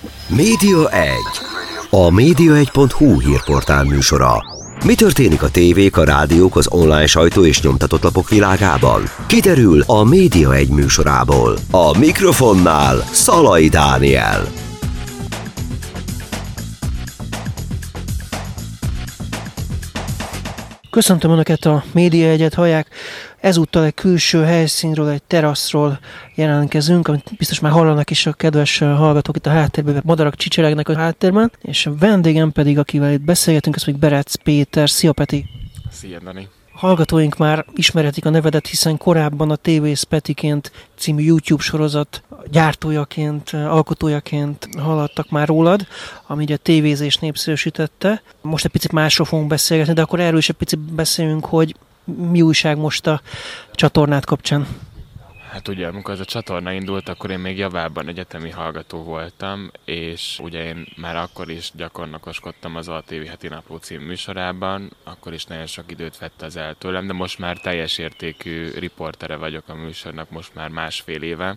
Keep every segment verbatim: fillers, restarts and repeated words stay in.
Média egy. A média egy pont hu hírportál műsora. Mi történik a tévék, a rádiók, az online sajtó és nyomtatott lapok világában? Kiderül a Média egy műsorából. A mikrofonnál Szalai Dániel. Köszöntöm Önöket, a Média egyet hallják. Ezúttal egy külső helyszínről, egy teraszról jelentkezünk, amit biztos már hallanak is a kedves hallgatók itt a háttérben, madarak csicseregnek a háttérben, és a vendégem pedig, akivel itt beszélgetünk, az még Berec Péter. Szia, Peti! Szia, Dani! Hallgatóink már ismerhetik a nevedet, hiszen korábban a té vé-s Petiként című YouTube sorozat gyártójaként, alkotójaként hallattak már rólad, ami ugye a tévézés népszerűsítette. Most egy picit másról fogunk beszélgetni, de akkor erről is egy picit beszéljünk, hogy mi újság most a csatornád kapcsán. Hát ugye, amikor ez a csatorna indult, akkor én még javában egyetemi hallgató voltam, és ugye én már akkor is gyakornokoskodtam az á té vé Heti Napló című műsorában, akkor is nagyon sok időt vett az el tőlem, de most már teljes értékű riportere vagyok a műsornak most már másfél éve.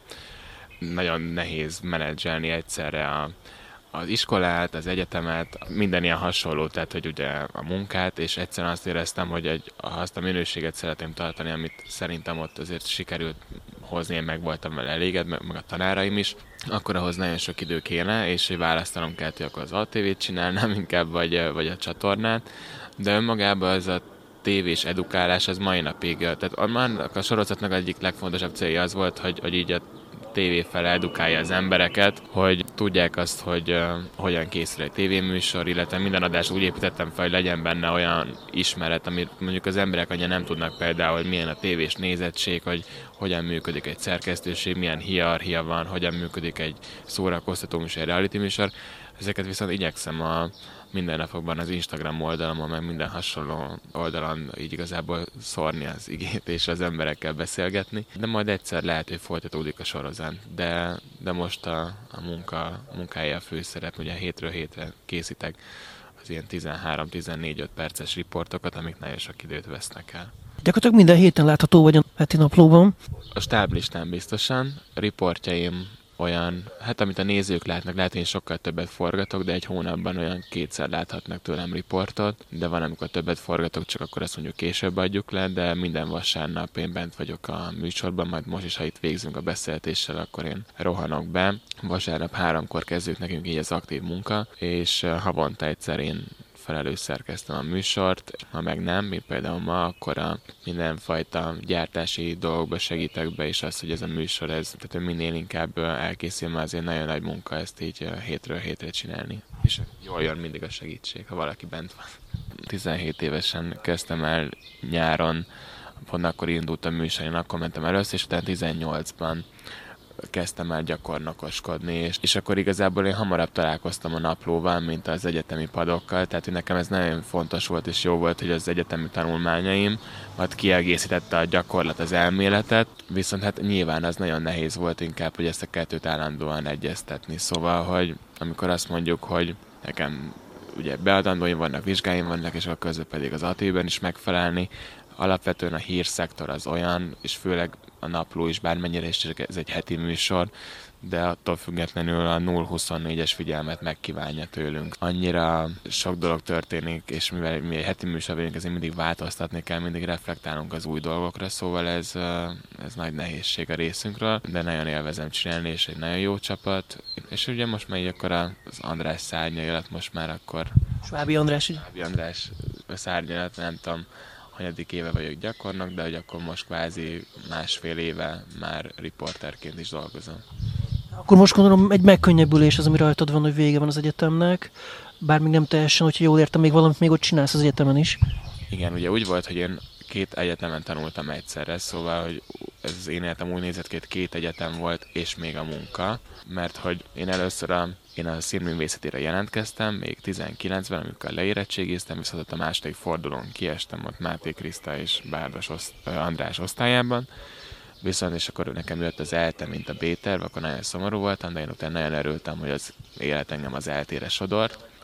Nagyon nehéz menedzselni egyszerre a az iskolát, az egyetemet, minden ilyen hasonló, tehát hogy ugye a munkát, és egyszerűen azt éreztem, hogy egy, ha azt a minőséget szeretném tartani, amit szerintem ott azért sikerült hozni, én meg voltam vele elégedve, meg a tanáraim is, akkor ahhoz nagyon sok idő kéne, és hogy választanom kellett, hogy akkor az á té vét csinálnám inkább, vagy, vagy a csatornát, de önmagában ez a tévés edukálás, ez mai napig, tehát a, a sorozatnak egyik legfontosabb célja az volt, hogy, hogy így a tévé fel edukálja az embereket, hogy tudják azt, hogy uh, hogyan készül egy tévéműsor, illetve minden adást úgy építettem fel, hogy legyen benne olyan ismeret, amit mondjuk az emberek annyira nem tudnak, például, hogy milyen a tévés nézettség, hogy hogyan működik egy szerkesztőség, milyen hierarchia van, hogyan működik egy szórakoztató műsor, egy reality műsor. Ezeket viszont igyekszem a mindennapokban az Instagram oldalamon, meg minden hasonló oldalon így igazából szórni az igét és az emberekkel beszélgetni. De majd egyszer lehet, hogy folytatódik a sorozat. De, de most a, a munka, munkája a főszerep, ugye hétről hétre készítek az ilyen tizenhárom-tizennégy-öt perces riportokat, amik nagyon sok időt vesznek el. Gyakorlatilag minden héten látható vagy a Heti Naplóban. A stáblistán biztosan, riportjaim olyan, hát amit a nézők látnak, lehet, hogy én sokkal többet forgatok, de egy hónapban olyan kétszer láthatnak tőlem riportot, de van, amikor többet forgatok, csak akkor azt mondjuk később adjuk le, de minden vasárnap én bent vagyok a műsorban, majd most is, ha itt végzünk a beszélgetéssel, akkor én rohanok be. Vasárnap háromkor kezdődik nekünk így az aktív munka, és havonta egyszer én felelős szerkeztem a műsort, ha meg nem, mint például ma, akkor a mindenfajta gyártási dolgokba segítek be, és az, hogy ez a műsor, ez, tehát minél inkább elkészül, mert azért nagyon nagy munka ezt így hétről hétre csinálni. És jól jön mindig a segítség, ha valaki bent van. tizenhét évesen kezdtem el nyáron, pont akkor indult a műsor, én akkor mentem először, és utána tizennyolcban kezdtem el gyakornokoskodni, és, és akkor igazából én hamarabb találkoztam a naplóval, mint az egyetemi padokkal, tehát hogy nekem ez nagyon fontos volt, és jó volt, hogy az egyetemi tanulmányaim majd kiegészítette a gyakorlat az elméletet, viszont hát nyilván az nagyon nehéz volt inkább, hogy ezt a kettőt állandóan egyeztetni, szóval, hogy amikor azt mondjuk, hogy nekem ugye beadandóim vannak, vizsgáim vannak, és akkor közben pedig az á té vében is megfelelni, alapvetően a hírszektor az olyan, és főleg a napló is, bármennyire is ez egy heti műsor, de attól függetlenül a nulla huszonnégyes figyelmet megkívánja tőlünk. Annyira sok dolog történik, és mivel mi egy heti műsor vagyunk, ezért mindig változtatni kell, mindig reflektálunk az új dolgokra, szóval ez, ez nagy nehézség a részünkről, de nagyon élvezem csinálni, és egy nagyon jó csapat. És ugye most már így akkor az András szárnyailat, most már akkor... Svábi András. Svábi András szárnyailat, nem tudom, hanyadik éve vagyok gyakornok, de hogy akkor most kvázi másfél éve már riporterként is dolgozom. Akkor most gondolom egy megkönnyebbülés az, ami rajtad van, hogy vége van az egyetemnek, bár még nem teljesen, hogyha jól értem, még valamit még ott csinálsz az egyetemen is. Igen, ugye úgy volt, hogy én két egyetemen tanultam egyszerre, szóval, hogy ez az én életem úgy nézett ki, hogy két egyetem volt, és még a munka, mert hogy én először a, én a színművészetére jelentkeztem, még tizenkilencben, amikor leérettségiztem, viszont ott a második fordulón kiestem ott Máté Kriszta és Bárdos oszt, András osztályában, viszont és akkor nekem jött az ELTE, mint a B-terv, akkor nagyon szomorú voltam, de én utána nagyon örültem, hogy az élet engem az eltére sodort,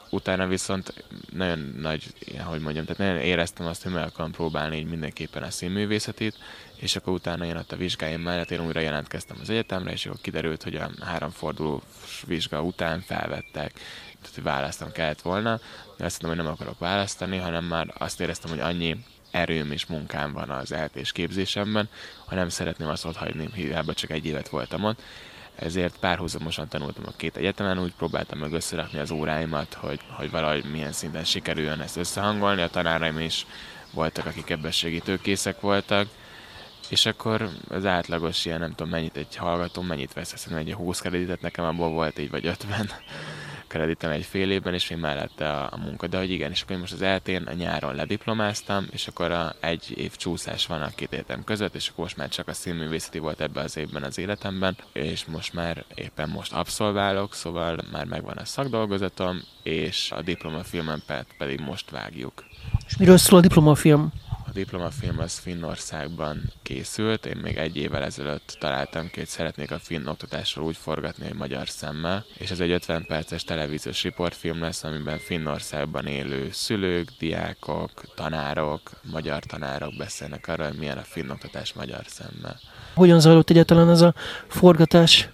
utána viszont nagyon nagy, hogy mondjam, tehát nagyon éreztem azt, hogy meg akarom próbálni így mindenképpen a színművészetét, és akkor utána jön ott a vizsgáim mellett, én újra jelentkeztem az egyetemre, és akkor kiderült, hogy a három forduló vizsga után felvettek, tehát hogy választom kellett volna, de azt mondom, hogy nem akarok választani, hanem már azt éreztem, hogy annyi erőm és munkám van az é el té-s képzésemben, ha nem szeretném azt ott hagyni, hiába csak egy évet voltam ott. Ezért párhuzamosan tanultam a két egyetemen, úgy próbáltam meg összerakni az óráimat, hogy, hogy valahogy milyen szinten sikerüljön ezt összehangolni. A tanáraim is voltak, akik ebben segítőkészek voltak, és akkor az átlagos ilyen, nem tudom mennyit egy hallgató, mennyit vesz, szerintem egy húsz kreditet, nekem abból volt így vagy ötven kreditem egy fél évben, és még mellette a, a munka. De hogy igen, és akkor én most az é el té-n a nyáron lediplomáztam, és akkor a egy év csúszás van a két egyetem között, és akkor most már csak a színművészeti volt ebben az évben az életemben, és most már éppen most abszolválok, szóval már megvan a szakdolgozatom, és a diplomafilmem pedig most vágjuk. És miről szól a diplomafilm? A diplomafilm az Finnországban készült, én még egy évvel ezelőtt találtam ki, hogy szeretnék a finn oktatásról úgy forgatni, hogy magyar szemmel, és ez egy ötven perces televíziós riportfilm lesz, amiben Finnországban élő szülők, diákok, tanárok, magyar tanárok beszélnek arról, hogy milyen a finn oktatás magyar szemmel. Hogyan zajlott egyáltalán ez a forgatás?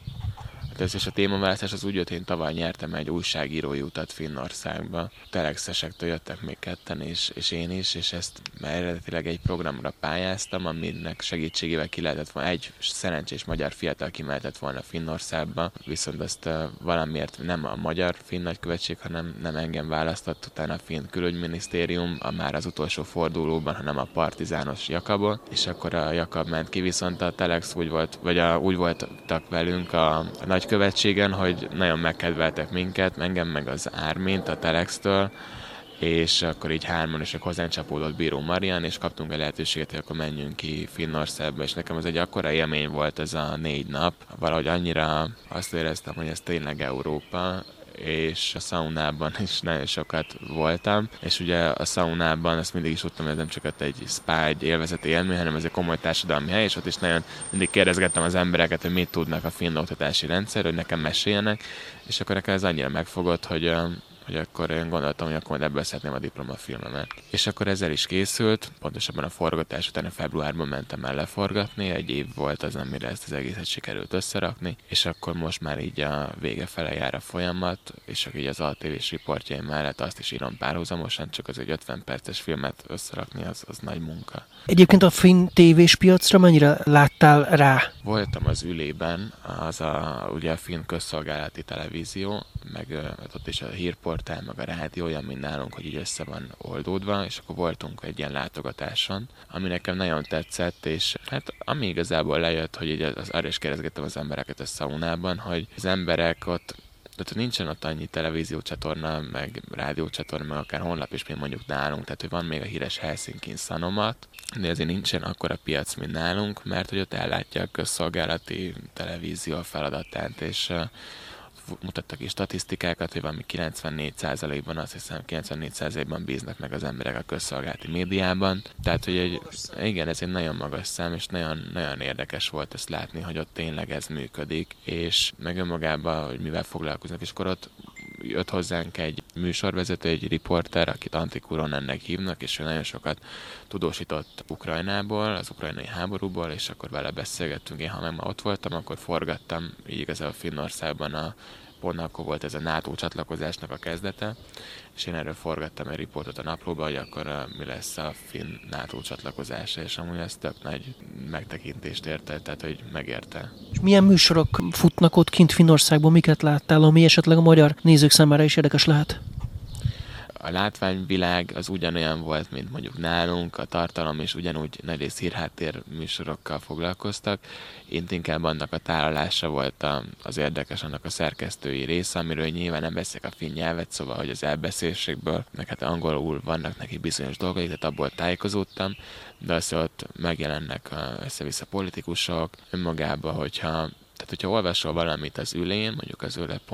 Ez és a témaválasztás az úgy jött, én tavaly nyertem egy újságírói utat Finnországba. Telexesektől jöttek még ketten, és, és én is, és ezt eredetileg egy programra pályáztam, aminek segítségével ki lehetett volna, egy szerencsés magyar fiatal kimehetett volna Finnországba, viszont ezt uh, valamiért nem a magyar finn nagykövetség, hanem nem engem választott, utána a finn külügyminisztérium, a már az utolsó fordulóban, hanem a partizános Jakabot, és akkor a Jakab ment ki, viszont a Telex úgy volt, vagy a, úgy voltak velünk a, a nagykövetségen, hogy nagyon megkedveltek minket, engem meg az Ármint a Telextől, és akkor így hárman, és akkor hozzánk csapódott Bíró Marian, és kaptunk egy lehetőséget, hogy akkor menjünk ki Finnországba, és nekem ez egy akkora élmény volt ez a négy nap. Valahogy annyira azt éreztem, hogy ez tényleg Európa, és a szaunában is nagyon sokat voltam, és ugye a szaunában ezt mindig is tudtam, hogy ez nem csak egy spa, egy élvezeti élmény, hanem ez egy komoly társadalmi hely, és ott is nagyon mindig kérdezgettem az embereket, hogy mit tudnak a finn oktatási rendszer, hogy nekem meséljenek, és akkor nekem ez annyira megfogott, hogy hogy akkor én gondoltam, hogy akkor majd ebből szeretném a diplomafilmemet. És akkor ezzel is készült, pontosabban a forgatás után a februárban mentem el leforgatni, egy év volt az, amire ezt az egészet sikerült összerakni, és akkor most már így a vége fele jár a folyamat, és akkor így az á té vés riportjaim mellett azt is írom párhuzamosan, csak az egy ötven perces filmet összerakni, az, az nagy munka. Egyébként a finn tévés piacra mennyire láttál rá? Voltam az Ülében, az a, ugye a finn közszolgálati televízió, meg ott is a hírportál, meg a rádió, olyan, mint nálunk, hogy így össze van oldódva, és akkor voltunk egy ilyen látogatáson, ami nekem nagyon tetszett, és hát ami igazából lejött, hogy így az, arra is kérdezgettem az embereket a szaunában, hogy az emberek ott, tehát nincsen ott annyi televíziócsatorna, meg rádiócsatorna, meg akár honlap is, mint mondjuk nálunk, tehát hogy van még a híres Helsinkin Sanomat, de azért nincsen akkora piac, mint nálunk, mert hogy ott ellátja a közszolgálati televízió a feladatát, és mutattak is statisztikákat, hogy valami kilencvennégy százalékban, azt hiszem kilencvennégy százalékban bíznak meg az emberek a közszolgálati médiában. Tehát, hogy egy, igen, ez egy nagyon magas szám, és nagyon, nagyon érdekes volt ezt látni, hogy ott tényleg ez működik, és meg önmagában, hogy mivel foglalkoznak, és akkor ott jött hozzánk egy műsorvezető, egy riporter, akit Antti Kuronennek hívnak, és ő nagyon sokat tudósított Ukrajnából, az ukrajnai háborúból, és akkor vele beszélgettünk. Én, ha meg ma ott voltam, akkor forgattam, így igazából Finnországban a pont akkor volt ez a NATO csatlakozásnak a kezdete, és én erről forgattam egy riportot a naplóba, hogy akkor uh, mi lesz a finn NATO csatlakozása, és amúgy ez tök nagy megtekintést érte, tehát hogy megérte. És milyen műsorok futnak ott kint Finnországban, miket láttál, ami esetleg a magyar nézők számára is érdekes lehet? A látványvilág az ugyanolyan volt, mint mondjuk nálunk, a tartalom is ugyanúgy nagyrészt hírháttér műsorokkal foglalkoztak. Én inkább annak a tálalása volt a, az érdekes, annak a szerkesztői része, amiről nyilván nem beszélik a finn nyelvet, szóval hogy az elbeszélségből, meg hát angolul vannak neki bizonyos dolgok, tehát abból tájékozódtam, de az, hogy ott megjelennek össze-vissza politikusok, önmagában, hogyha Tehát, hogyha olvasol valamit az Ülén, mondjuk az öle pont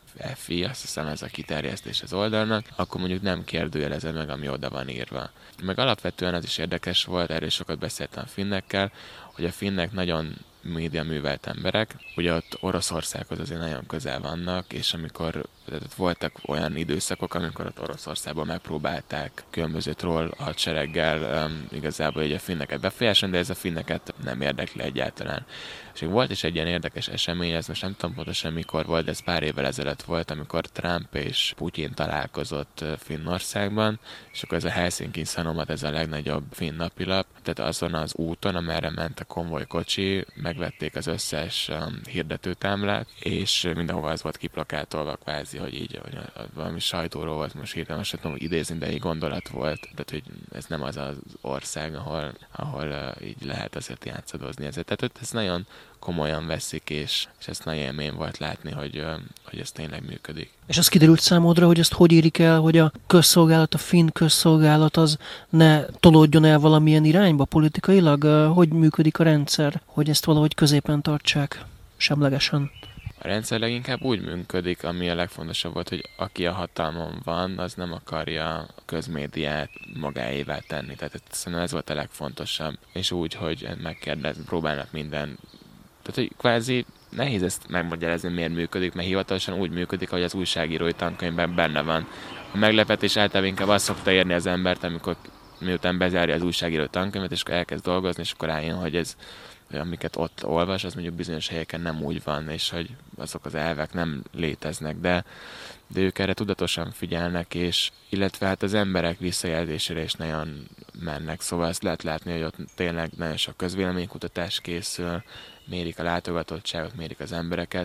F I, azt hiszem ez a kiterjesztés az oldalnak, akkor mondjuk nem kérdőjelezed meg, ami oda van írva. Meg alapvetően az is érdekes volt, erről sokat beszéltem a finnekkel, hogy a finnek nagyon média művelt emberek, ugye ott Oroszországhoz azért nagyon közel vannak, és amikor tehát voltak olyan időszakok, amikor ott Oroszországban megpróbálták különböző troll hadsereggel um, igazából egy a finneket befolyásolni, de ez a finneket nem érdekli egyáltalán. És volt is egy ilyen érdekes esemény, ez most nem tudom pontosan mikor volt, de ez pár évvel ezelőtt volt, amikor Trump és Putyin találkozott Finnországban, és akkor ez a Helsinki Sanomat, ez a legnagyobb finn napilap, tehát azon az úton, amerre ment a konvojkocsi, megvették az összes um, hirdetőtámlát, és mindenhova az volt kiplakátolva kvázi, hogy így hogy valami sajtóról volt most hirtelen, most nem tudom idézni, de egy gondolat volt, tehát hogy ez nem az az ország, ahol, ahol uh, így lehet azért játszadozni ezzel. Tehát ez nagyon komolyan veszik, és, és ez nagy élmény volt látni, hogy, uh, hogy ez tényleg működik. És az kiderült számodra, hogy ezt hogy érik el, hogy a közszolgálat, a finn közszolgálat az ne tolódjon el valamilyen irányba politikailag? Hogy működik a rendszer, hogy ezt valahogy középen tartsák semlegesen? A rendszer leginkább úgy működik, ami a legfontosabb volt, hogy aki a hatalmon van, az nem akarja a közmédiát magáévá tenni. Tehát szerintem ez volt a legfontosabb. És úgy, hogy megkérdezni, próbálnak minden. Tehát, hogy kvázi nehéz ezt megmagyarázni, miért működik, mert hivatalosan úgy működik, hogy az újságírói tankönyvben benne van. A meglepetés általában inkább azt szokta érni az embert, amikor miután bezárja az újságírói tankönyvet, és akkor elkezd dolgozni, és akkor rájön, hogy ez amiket ott olvas, az mondjuk bizonyos helyeken nem úgy van, és hogy azok az elvek nem léteznek, de, de ők erre tudatosan figyelnek, és illetve hát az emberek visszajelzésére is nagyon mennek, szóval azt lehet látni, hogy ott tényleg nagyon sok közvéleménykutatás készül, mérik a látogatottságot, mérik az embereket,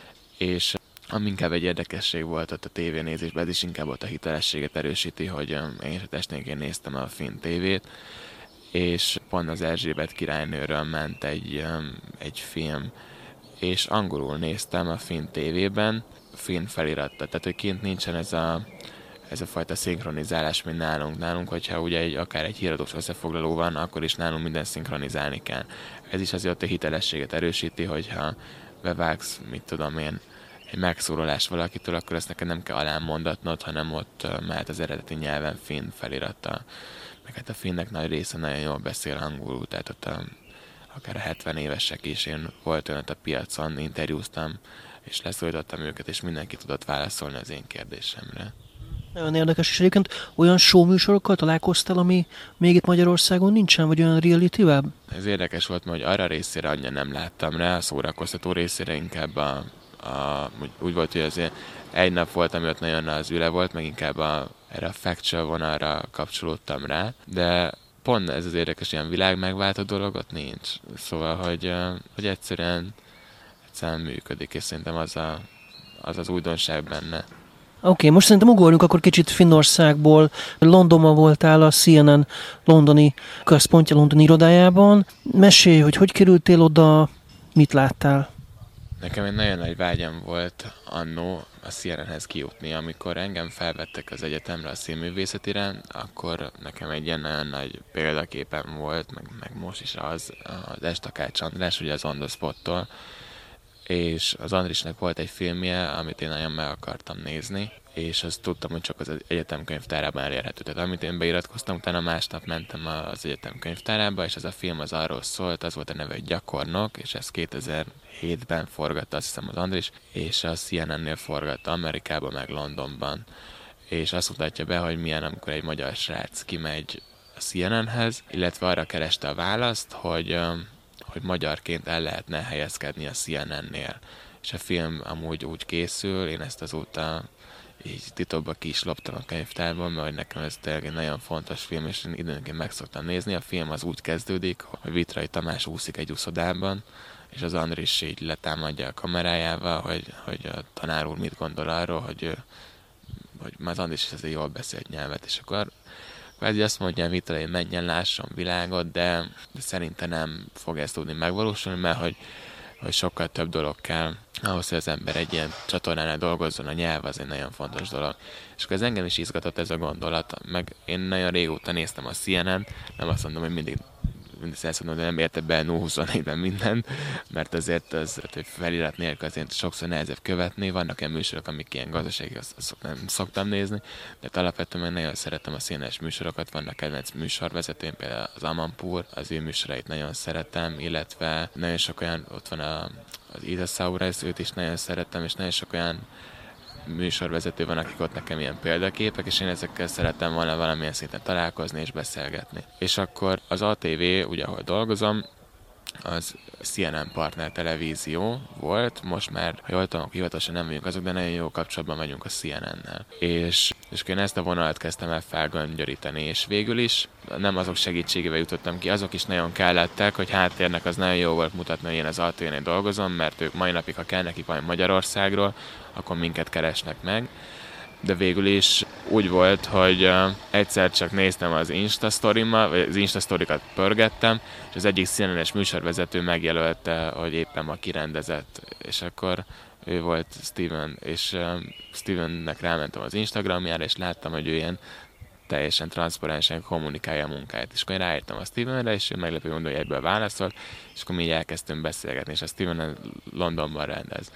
és ami inkább egy érdekesség volt ott a tévénézésben, ez is inkább ott a hitelességet erősíti, hogy én is a testnékén néztem a finn tévét, és pont az Erzsébet királynőről ment egy, egy film, és angolul néztem a finn tévében, finn felirattal, tehát hogy kint nincsen ez a, ez a fajta szinkronizálás, mint nálunk. Nálunk, hogyha ugye egy, akár egy híradós összefoglaló van, akkor is nálunk minden szinkronizálni kell. Ez is azért a hitelességet erősíti, hogyha bevágsz, mit tudom én, egy megszólalás valakitől, akkor ezt neked nem kell alámondatnod, hanem ott mehet az eredeti nyelven finn felirattal. Meg hát a finnek nagy része nagyon jól beszél angolul, tehát ott a, akár a hetven évesek is, én volt olyan a piacon, interjúztam, és leszólítottam őket, és mindenki tudott válaszolni az én kérdésemre. Nagyon érdekes, és egyébként olyan show műsorokkal találkoztál, ami még itt Magyarországon nincsen, vagy olyan reality-vel? Ez érdekes volt, mert arra részére annyira nem láttam rá, a szórakoztató részére inkább a, a, úgy volt, hogy azért egy nap volt, ami ott nagyon az üle volt, meg inkább a, erre a factual vonalra kapcsolódtam rá, de pont ez az érdekes, ilyen világ megváltó dolog ott nincs. Szóval, hogy, hogy egyszerűen, egyszerűen működik, és szerintem az a, az, az újdonság benne. Oké, okay, most szerintem ugorjunk akkor kicsit Finnországból. Londonban voltál, a C N N londoni központja, londoni irodájában. Mesélj, hogy hogy kerültél oda, mit láttál? Nekem egy nagyon nagy vágyam volt annó a C N N-hez kijutni. Amikor engem felvettek az egyetemre a színművészetire, akkor nekem egy ilyen nagyon nagy példaképem volt, meg, meg most is az, az S. Takács András, ugye az On the Spot-tól, és az Andrisnek volt egy filmje, amit én nagyon meg akartam nézni, és azt tudtam, hogy csak az egyetem könyvtárában elérhető. Tehát amit én beiratkoztam, utána másnap mentem az egyetem könyvtárába, és ez a film az arról szólt, az volt a neve, hogy Gyakornok, és ez kétezer-hétben forgatta, azt hiszem az Andris, és a C N N-nél forgatta Amerikában, meg Londonban. És azt mutatja be, hogy milyen, amikor egy magyar srác kimegy a C N N-hez, illetve arra kereste a választ, hogy hogy magyarként el lehetne helyezkedni a C N N-nél. És a film amúgy úgy készül, én ezt azóta így titokban ki is loptam a könyvtárban, mert nekem ez tényleg egy nagyon fontos film, és én időnként meg szoktam nézni. A film az úgy kezdődik, hogy Vitrai Tamás úszik egy úszodában, és az Andris így letámadja a kamerájával, hogy, hogy a tanár úr mit gondol arról, hogy, hogy már az Andris is azért jól beszélt nyelvet, és akkor kvázi azt mondja Vitrai, hogy menjen, lásson világot, de, de szerintem nem fog ezt tudni megvalósulni, mert hogy, hogy sokkal több dolog kell ahhoz, hogy az ember egy ilyen csatornánál dolgozzon, a nyelv az egy nagyon fontos dolog. És akkor ez engem is izgatott ez a gondolat, meg én nagyon régóta néztem a C N N-t, nem azt mondom, hogy mindig mindezt el szoktam, de nem érte be nulla huszonnégyben mindent, mert azért az, hogy felirat nélkül azért sokszor nehezebb követni, vannak ilyen műsorok, amik ilyen gazdasági, azt, azt nem szoktam nézni, de alapvetően meg nagyon szeretem a színes műsorokat, vannak kedvenc műsorvezetőim, például az Amanpour, az ő műsorait nagyon szeretem, illetve nagyon sok olyan, ott van a, az Ida Saurasz, őt is nagyon szeretem, és nagyon sok olyan műsorvezető van, akik ott nekem ilyen példaképek, és én ezekkel szerettem volna valamilyen szinten találkozni és beszélgetni. És akkor az á té vé, ugye ahol dolgozom, az cé en en partner televízió volt, most már, ha jól tudom, hivatalosan nem vagyunk azok, de nagyon jó kapcsolatban vagyunk a cé en en-nel. És, és én ezt a vonalat kezdtem el felgöngyöríteni, és végül is nem azok segítségével jutottam ki, azok is nagyon kellettek, hogy háttérnek az nagyon jó volt mutatni, hogy én az á té vé-nél dolgozom, mert ők mai napig, ha kell nekik valami Magyarországról, akkor minket keresnek meg. De végül is úgy volt, hogy uh, egyszer csak néztem az Instastory-mal, vagy az Instastory-kat pörgettem, és az egyik cé en en-es műsorvezető megjelölte, hogy éppen ma kirendezett, és akkor ő volt Steven, és uh, Stevennek rámentem az Instagramjára, és láttam, hogy ő ilyen teljesen transzparensen kommunikálja a munkáját. És akkor én ráírtam a Stevenre, és ő meglepő mondom, hogy egyből válaszolt, és akkor mi így elkezdtünk beszélgetni, és a Steven Londonban rendez.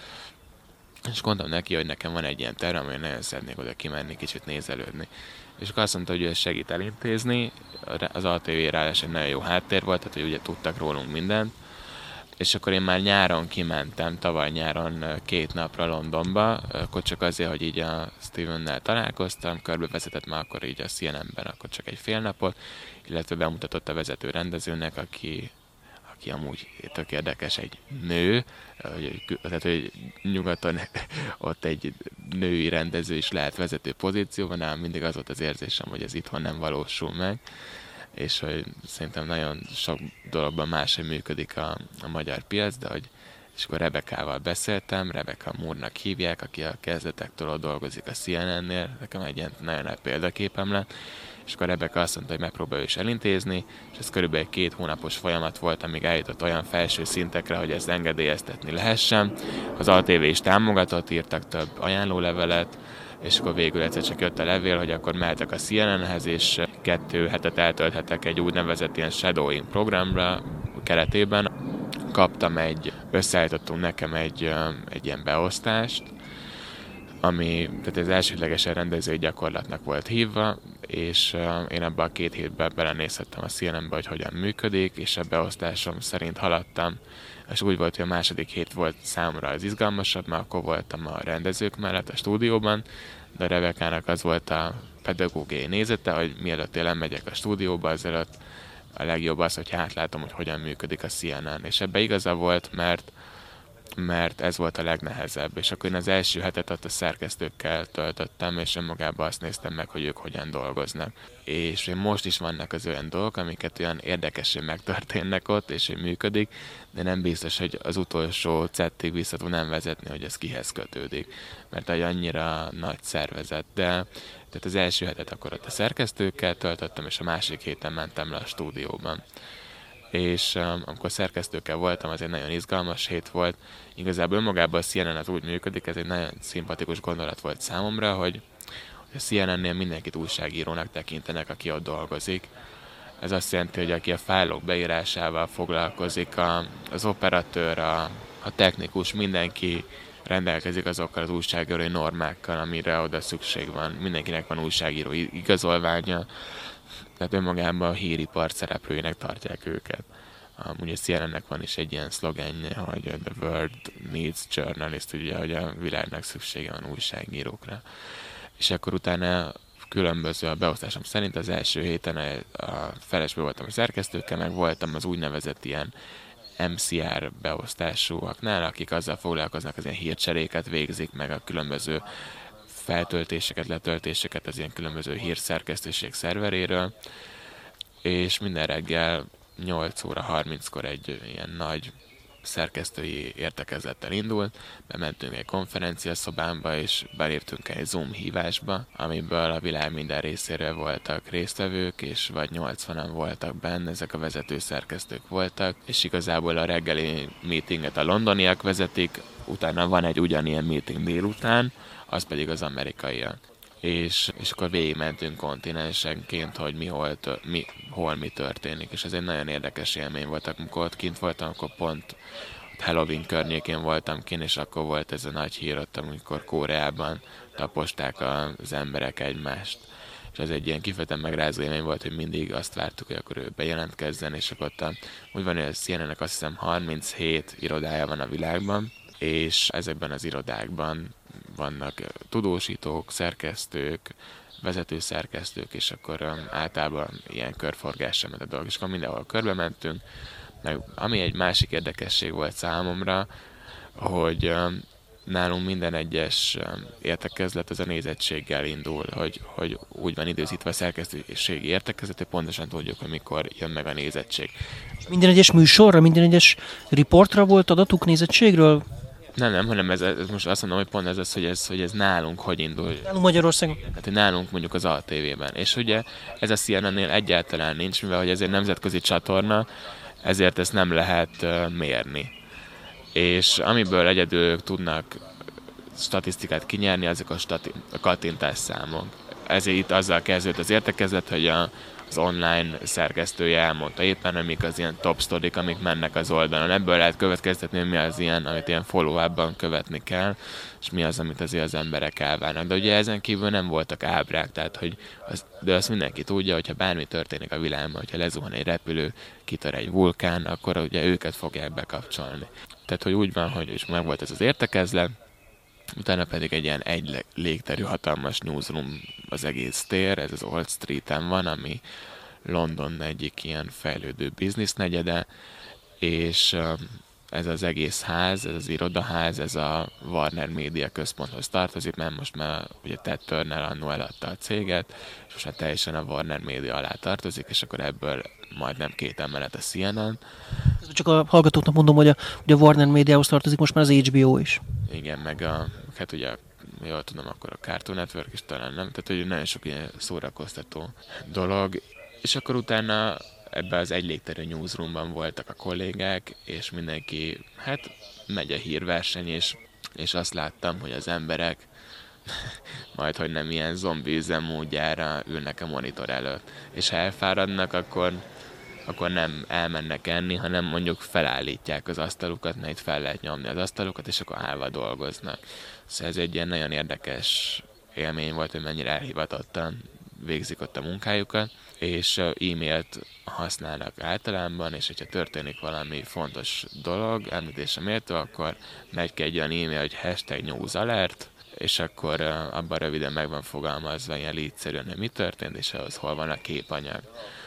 És mondtam neki, hogy nekem van egy ilyen tervem, hogy nagyon szeretnék oda kimenni, kicsit nézelődni. És akkor azt mondta, hogy ő segít elintézni, az á té vé ráadásul egy nagyon jó háttér volt, tehát hogy ugye tudtak rólunk mindent. És akkor én már nyáron kimentem, tavaly nyáron két napra Londonba, akkor csak azért, hogy így a Stevennel találkoztam, körbevezetett már akkor így a cé en en-ben, akkor csak egy fél napot, illetve bemutatott a vezető rendezőnek, aki aki amúgy tök érdekes, egy nő, tehát hogy nyugaton ott egy női rendező is lehet vezető pozícióban, ám mindig az volt az érzésem, hogy ez itthon nem valósul meg, és hogy szerintem nagyon sok dologban máshogy működik a, a magyar piac, de hogy és akkor Rebekával beszéltem, Rebeka Moore-nak hívják, aki a kezdetektől ott dolgozik a cé en en-nél, nekem egy ilyen nagyon nagy példaképem lett, és akkor Rebeka azt mondta, hogy megpróbálja is elintézni, és ez körülbelül két hónapos folyamat volt, amíg eljutott olyan felső szintekre, hogy ezt engedélyeztetni lehessen. Az á té vé is támogatott, írtak több ajánlólevelet, és akkor végül egyszer csak jött a levél, hogy akkor mehetek a cé en en-hez, és kettő hetet eltölthetek egy úgynevezett ilyen shadowing programra keretében. Kaptam egy, összeállítottunk nekem egy, egy ilyen beosztást, ami tehát az elsődlegesen rendezői gyakorlatnak volt hívva, és én ebben a két hétben belenézhettem a cé en en-be, hogy hogyan működik, és a beosztásom szerint haladtam, és úgy volt, hogy a második hét volt számomra az izgalmasabb, mert akkor voltam a rendezők mellett a stúdióban, de Rebekának az volt a pedagógiai nézete, hogy mielőtt én lemegyek a stúdióba, azelőtt a legjobb az, hogy átlátom, hogy hogyan működik a cé en en. És ebbe igaza volt, mert, mert ez volt a legnehezebb. És akkor én az első hetet ott a szerkesztőkkel töltöttem, és önmagában azt néztem meg, hogy ők hogyan dolgoznak. És most is vannak az olyan dolgok, amiket olyan érdekesen megtörténnek ott, és hogy működik, de nem biztos, hogy az utolsó cettig vissza tudnám vezetni, hogy ez kihez kötődik. Mert egy annyira nagy szervezet, de tehát az első hetet akkor ott a szerkesztőkkel töltöttem, és a másik héten mentem le a stúdióban. És um, amikor szerkesztőkkel voltam, az egy nagyon izgalmas hét volt. Igazából önmagában a cé en en az úgy működik, ez egy nagyon szimpatikus gondolat volt számomra, hogy a cé en en-nél mindenkit újságírónak tekintenek, aki ott dolgozik. Ez azt jelenti, hogy aki a fájlok beírásával foglalkozik, a, az operatőr, a, a technikus, mindenki rendelkezik azokkal az újságírói normákkal, amire oda szükség van. Mindenkinek van újságíró igazolványa, tehát önmagában a híripar szereplőinek tartják őket. Amúgy a cé en en-nek van is egy ilyen szlogenje, hogy the world needs journalists, ugye, hogy a világnak szüksége van újságírókra. És akkor utána különböző a beosztásom szerint az első héten a felesbe voltam a szerkesztőkkel, meg voltam az úgynevezett ilyen em cé er beosztásúaknál, akik azzal foglalkoznak, az ilyen hírcseréket végzik, meg a különböző feltöltéseket, letöltéseket az ilyen különböző hírszerkesztőség szerveréről, és minden reggel nyolc óra harminckor egy ilyen nagy szerkesztői értekezlettel indult, bementünk egy konferenciaszobámba, és beléptünk egy Zoom hívásba, amiből a világ minden részéről voltak résztvevők, és vagy nyolcvanan voltak benne, ezek a vezető szerkesztők voltak, és igazából a reggeli meetinget a londoniak vezetik, utána van egy ugyanilyen meeting délután, az pedig az amerikaiak. és, és akkor végigmentünk kontinensenként, hogy mi hol, mi, hol mi történik, és ez egy nagyon érdekes élmény volt, amikor ott kint voltam, akkor pont Halloween környékén voltam kint, és akkor volt ez a nagy hír ott, amikor Koreában taposták az emberek egymást. És ez egy ilyen kifejezetten megrázó élmény volt, hogy mindig azt vártuk, hogy akkor ő bejelentkezzen, és akkor ott a, úgy van, hogy a C N N-nek azt hiszem harminchét irodája van a világban, és ezekben az irodákban vannak tudósítók, szerkesztők, vezető szerkesztők, és akkor um, általában ilyen körforgásra ment a dolog. És akkor mindenhol körbe mentünk, meg ami egy másik érdekesség volt számomra, hogy um, nálunk minden egyes um, értekezlet az a nézettséggel indul, hogy, hogy úgy van időzítve a szerkesztőségi értekezlet, hogy pontosan tudjuk, hogy mikor jön meg a nézettség. Minden egyes műsorra, minden egyes riportra volt adatuk nézettségről? Nem, nem, hanem ez, ez most azt mondom, hogy pont ez az, hogy ez, hogy ez nálunk hogy indul. Nálunk Magyarországon. Hát, hogy nálunk mondjuk az á té vében. És ugye ez a C N N-nél egyáltalán nincs, mivel hogy ez egy nemzetközi csatorna, ezért ezt nem lehet uh, mérni. És amiből egyedül tudnak statisztikát kinyerni, azok a, stati- a kattintás számok. Ezért itt azzal kezdődött az értekezlet, hogy a az online szerkesztője elmondta éppen, hogy mik az ilyen top sztorik, amik mennek az oldalon. Ebből lehet következtetni, hogy mi az ilyen, amit ilyen follow-upban követni kell, és mi az, amit azért az emberek elvárnak. De ugye ezen kívül nem voltak ábrák, tehát hogy az, de azt mindenki tudja, hogyha bármi történik a világban, hogyha lezuhan egy repülő, kitör egy vulkán, akkor ugye őket fogják bekapcsolni. Tehát, hogy úgy van, hogy is meg volt ez az értekezlet, utána pedig egy ilyen egy légterű hatalmas newsroom az egész tér, ez az Old Street-en van, ami London egyik ilyen fejlődő biznisznegyede, és ez az egész ház, ez az irodaház, ez a Warner Media központhoz tartozik, mert most már ugye Ted Turner annó eladta a céget, és most már teljesen a Warner Media alá tartozik, és akkor ebből majdnem két emelet a C N N. Csak a hallgatóknak mondom, hogy a, hogy a Warner Mediahoz tartozik most már az H B O is. Igen, meg a, hát ugye, jól tudom, akkor a Cartoon Network is talán nem, tehát hogy nagyon sok ilyen szórakoztató dolog, és akkor utána ebben az egy légterű newsroomban voltak a kollégák, és mindenki, hát megy a hírverseny, és, és azt láttam, hogy az emberek majd, hogy nem ilyen zombi üzemmódjára ülnek a monitor előtt. És ha elfáradnak, akkor, akkor nem elmennek enni, hanem mondjuk felállítják az asztalukat, mert itt fel lehet nyomni az asztalukat, és akkor állva dolgoznak. Szóval ez egy ilyen nagyon érdekes élmény volt, hogy mennyire elhivatottan végzik ott a munkájukat, és e-mailt használnak általában, és hogyha történik valami fontos dolog, említésre méltó, akkor megy ki egy olyan e-mail, hogy hashtag news alert, és akkor abban röviden meg van fogalmazva ilyen lead-szerűen, hogy mi történt, és ahhoz hol van a képanyag.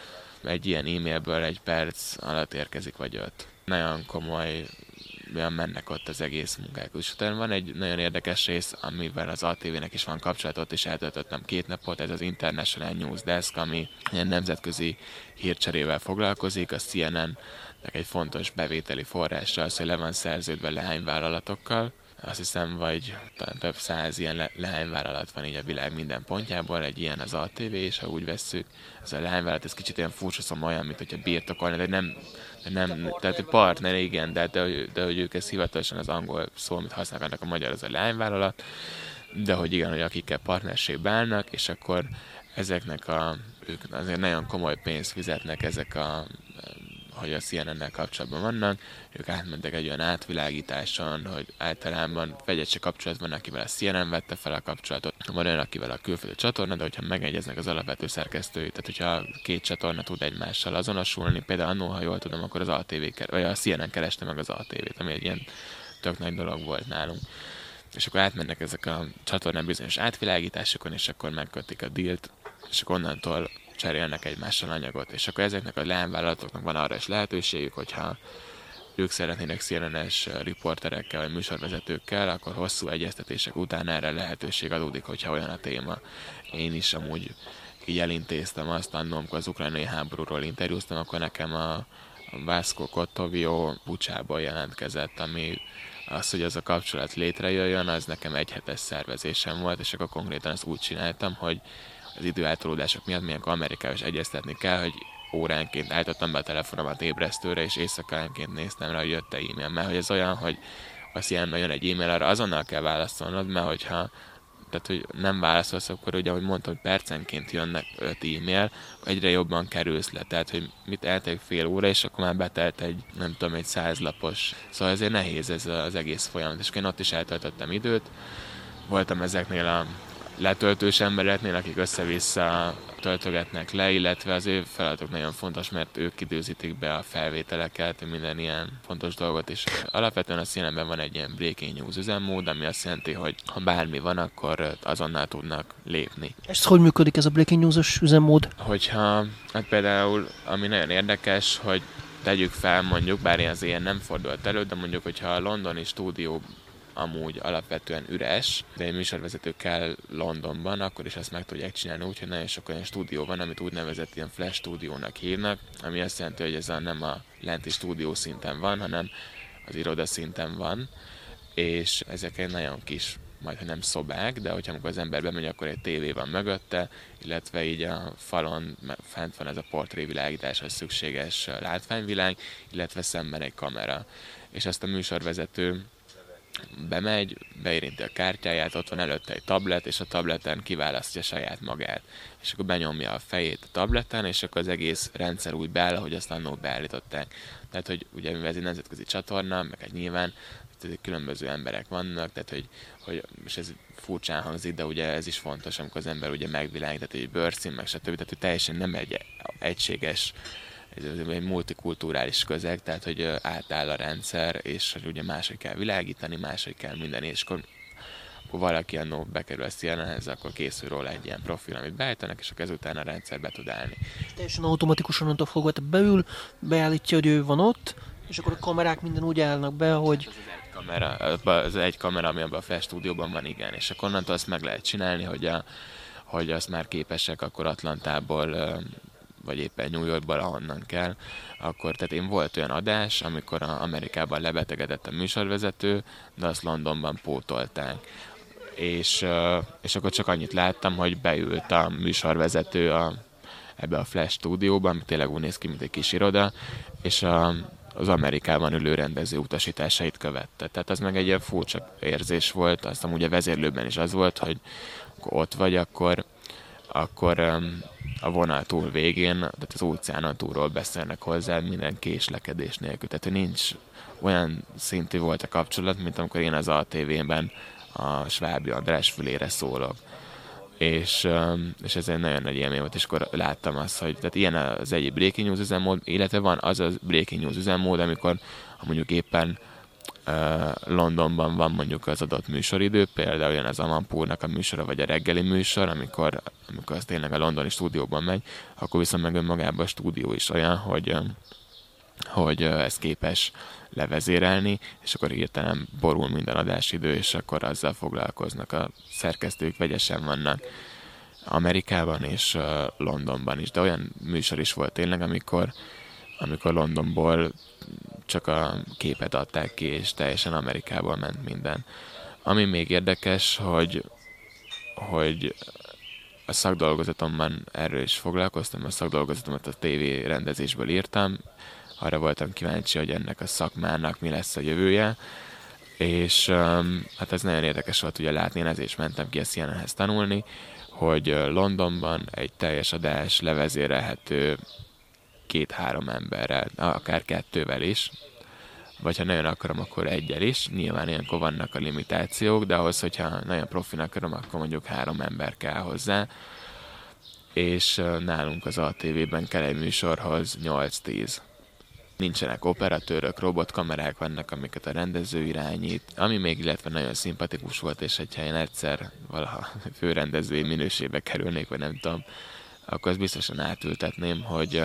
Egy ilyen e-mailből egy perc alatt érkezik vagy öt. Nagyon komoly, olyan mennek ott az egész munkák. És utána van egy nagyon érdekes rész, amivel az á té vének is van kapcsolat, ott is eltöltöttem két napot, ez az International News Desk, ami ilyen nemzetközi hírcserével foglalkozik, a C N N-nek egy fontos bevételi forrása az, hogy le van szerződve leányvállalatokkal. Azt hiszem, vagy talán több száz ilyen le- leányvállalat van így a világ minden pontjából, egy ilyen az á té vé, és ha úgy vesszük, ez a leányvállalat, ez kicsit olyan furcsa szó, olyan, mint hogyha birtokolni, de nem, de nem, tehát partner, igen, de, de, de, de hogy ők ez hivatalosan az angol szó, amit használnak, annak a magyar, az a leányvállalat, de hogy igen, hogy akikkel partnerségbe állnak, és akkor ezeknek a, ők azért nagyon komoly pénzt fizetnek ezek a, hogy a C N N-nel kapcsolatban vannak, ők átmentek egy olyan átvilágításon, hogy általában vegyetse kapcsolat van, akivel a C N N vette fel a kapcsolatot, van olyan, akivel a külföldi csatorna, de hogyha megegyeznek az alapvető szerkesztői, tehát hogyha két csatorna tud egymással azonosulni, például annól, ha jól tudom, akkor az á té vé, vagy a C N N kereste meg az á té vét, ami egy ilyen tök nagy dolog volt nálunk. És akkor átmennek ezek a csatornák bizonyos átvilágításokon, és akkor megkötik a dealt, és akkor onnantól cserélnek egymással anyagot, és akkor ezeknek a leányvállalatoknak van arra is lehetőségük, hogyha ők szeretnének C N N-es riporterekkel vagy műsorvezetőkkel, akkor hosszú egyeztetések után erre lehetőség adódik, hogyha olyan a téma. Én is amúgy így elintéztem azt, annól, amikor az ukrajnai háborúról interjúztam, akkor nekem a Vászkó Kottovio Bucsából jelentkezett, ami az, hogy az a kapcsolat létrejöjjön, az nekem egy hetes szervezésem volt, és akkor konkrétan azt úgy csináltam, hogy az időeltolódások miatt, milyenkor Amerikával is egyeztetni kell, hogy óránként állítottam be a telefonomat ébresztőre, és éjszakánként néztem rá, hogy jött-e e-mail. Mert hogy ez olyan, hogy azt jelenti, jön egy e-mail, arra azonnal kell válaszolnod, mert hogyha tehát hogy nem válaszolsz, akkor ugye, ahogy mondtam, hogy percenként jönnek öt e-mail, akkor egyre jobban kerülsz le. Tehát, hogy mit eltelik fél óra, és akkor már betelt egy, nem tudom, egy százlapos. Szóval ezért nehéz ez az egész folyamat. És én ott is eltöltöttem időt. Voltam ezeknél a letöltős embereknél, akik össze-vissza töltögetnek le, illetve az ő feladatok nagyon fontos, mert ők időzítik be a felvételeket, minden ilyen fontos dolgot is. Alapvetően a C N N-ben van egy ilyen breaking news üzemmód, ami azt jelenti, hogy ha bármi van, akkor azonnal tudnak lépni. És hogy működik ez a breaking news-os üzemmód? Hogyha, hát például, ami nagyon érdekes, hogy tegyük fel mondjuk, bár ilyen az ilyen nem fordult elő, de mondjuk, hogyha a londoni stúdió amúgy alapvetően üres, de egy műsorvezető kell Londonban, akkor is ezt meg tudják csinálni úgy, hogy nagyon sok olyan stúdió van, amit úgynevezett ilyen flash stúdiónak hívnak, ami azt jelenti, hogy ez a, nem a lenti stúdió szinten van, hanem az iroda szinten van, és ezek egy nagyon kis, majd nem szobák, de hogyha amikor az ember bemegy, akkor egy tévé van mögötte, illetve így a falon fent van ez a portrévilágításhoz szükséges látványvilág, illetve szemben egy kamera. És azt a műsorvezető bemegy, beérinti a kártyáját, ott van előtte egy tablet, és a tableten kiválasztja saját magát. És akkor benyomja a fejét a tableten, és akkor az egész rendszer úgy beáll, ahogy azt annól beállították. Tehát, hogy ugye mivel ez egy nemzetközi csatorna, meg egy nyilván különböző emberek vannak, tehát, hogy, hogy és ez furcsán hangzik, de ugye ez is fontos, amikor az ember ugye megvilágít, tehát egy bőrszín, meg stb. Tehát, hogy teljesen nem egy egységes, egy multikulturális közeg, tehát hogy átáll a rendszer, és hogy ugye máshogy kell világítani, máshogy kell minden, és akkor, akkor valaki annó bekerül a C N N-hez, akkor készül róla egy ilyen profil, amit beállítanak, és akkor ezután a rendszer be tud állni. Teljesen automatikusan onnantól fogva, te beül, beállítja, hogy ő van ott, és akkor a kamerák minden úgy állnak be, hogy... Az egy kamera, az egy kamera, ami abban a Flash stúdióban van, igen, és akkor onnantól azt meg lehet csinálni, hogy, a, hogy azt már képesek akkor Atlantából, vagy éppen New Yorkból, ahonnan kell, akkor, tehát én volt olyan adás, amikor a Amerikában lebetegedett a műsorvezető, de azt Londonban pótolták. És, és akkor csak annyit láttam, hogy beült a műsorvezető a, ebbe a Flash stúdióba, ami tényleg úgy néz ki, mint egy kis iroda, és a, az Amerikában ülő rendező utasításait követte. Tehát az meg egy ilyen furcsa érzés volt, azt amúgy a vezérlőben is az volt, hogy akkor ott vagy, akkor, akkor a vonal túl végén, tehát az óceánon túlról beszélnek hozzá minden késlekedés nélkül. Tehát, hogy nincs olyan szintű volt a kapcsolat, mint amikor én az á té vében a Svábi András fülére szólok. És, és ez egy nagyon nagy élmény volt, és akkor láttam azt, hogy tehát ilyen az egyik breaking news üzemmód, illetve van az a breaking news üzemmód, amikor mondjuk éppen uh, Londonban van mondjuk az adott műsoridő, például olyan az Amanpurnak a műsora, vagy a reggeli műsor, amikor, amikor az tényleg a londoni stúdióban megy, akkor viszont meg önmagában a stúdió is olyan, hogy, hogy ez képes levezérelni, és akkor hirtelen borul minden adásidő, és akkor azzal foglalkoznak. A szerkesztők vegyesen vannak Amerikában és Londonban is, de olyan műsor is volt tényleg, amikor, amikor Londonból csak a képet adták ki, és teljesen Amerikából ment minden. Ami még érdekes, hogy, hogy a szakdolgozatomban erről is foglalkoztam, a szakdolgozatomat a tévé rendezésből írtam, arra voltam kíváncsi, hogy ennek a szakmának mi lesz a jövője, és um, hát ez nagyon érdekes volt ugye látni, én ezért is mentem ki a C N N-hez tanulni, hogy Londonban egy teljes adás levezérelhető két-három emberrel, akár kettővel is, vagy ha nagyon akarom, akkor egyel is. Nyilván ilyenkor vannak a limitációk, de ahhoz, hogyha nagyon profin akarom, akkor mondjuk három ember kell hozzá, és nálunk az á té vében kell egy műsorhoz nyolc-tíz. Nincsenek operatőrök, robotkamerák vannak, amiket a rendező irányít. Ami még illetve nagyon szimpatikus volt, és hogyha én egyszer valaha főrendezői minőségbe kerülnék, vagy nem tudom, akkor azt biztosan átültetném, hogy,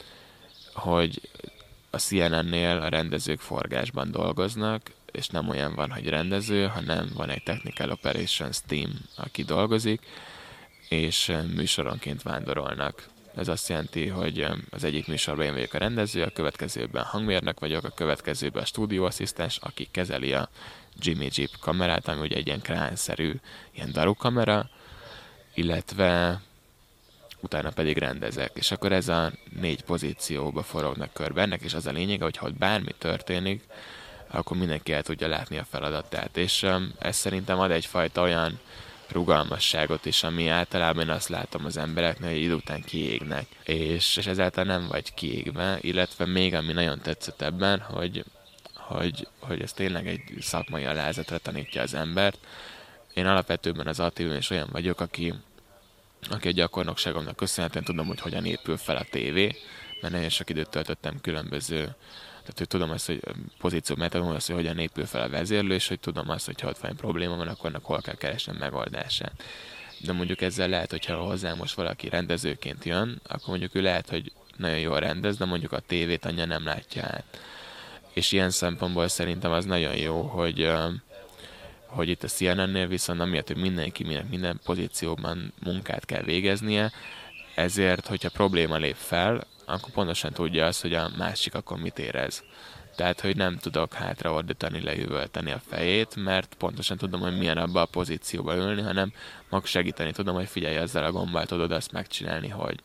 hogy a C N N-nél a rendezők forgásban dolgoznak, és nem olyan van, hogy rendező, hanem van egy Technical Operations Team, aki dolgozik, és műsoronként vándorolnak. Ez azt jelenti, hogy az egyik műsorban én vagyok a rendező, a következőben hangmérnök vagyok, a következőben a stúdióasszisztens, aki kezeli a Jimmy Jeep kamerát, ami ugye egy ilyen kránszerű, ilyen daru kamera, illetve utána pedig rendezek. És akkor ez a négy pozícióba forognak körbe. Ennek is az a lényege, hogy ha ott bármi történik, akkor mindenki el tudja látni a feladatát. És ez szerintem ad egyfajta olyan rugalmasságot is, ami általában én azt látom az embereknél, hogy idő után kiégnek. És, és ezáltal nem vagy kiégve, illetve még ami nagyon tetszett ebben, hogy, hogy, hogy ez tényleg egy szakmai alázatra tanítja az embert. Én alapvetően az á té vében is olyan vagyok, aki, aki a gyakornokságomnak köszönhetően tudom, hogy hogyan épül fel a tévé, mert nagyon sok időt töltöttem különböző, tehát hogy tudom azt, hogy pozíció, mert tudom azt, hogy hogyan épül fel a vezérlő, és hogy tudom azt, hogy ha ott van probléma van, akkor annak hol kell keresnem megoldását. De mondjuk ezzel lehet, hogyha hozzá most valaki rendezőként jön, akkor mondjuk ő lehet, hogy nagyon jól rendez, de mondjuk a tévét annyira nem látja át. És ilyen szempontból szerintem az nagyon jó, hogy, hogy itt a C N N-nél viszont amiatt, hogy mindenki minden pozícióban munkát kell végeznie, ezért, hogyha probléma lép fel, akkor pontosan tudja azt, hogy a másik akkor mit érez. Tehát, hogy nem tudok hátraordítani, leüvölteni a fejét, mert pontosan tudom, hogy milyen abba a pozícióba ülni, hanem mag segíteni tudom, hogy figyelj, ezzel a gombbal tudod azt megcsinálni, hogy.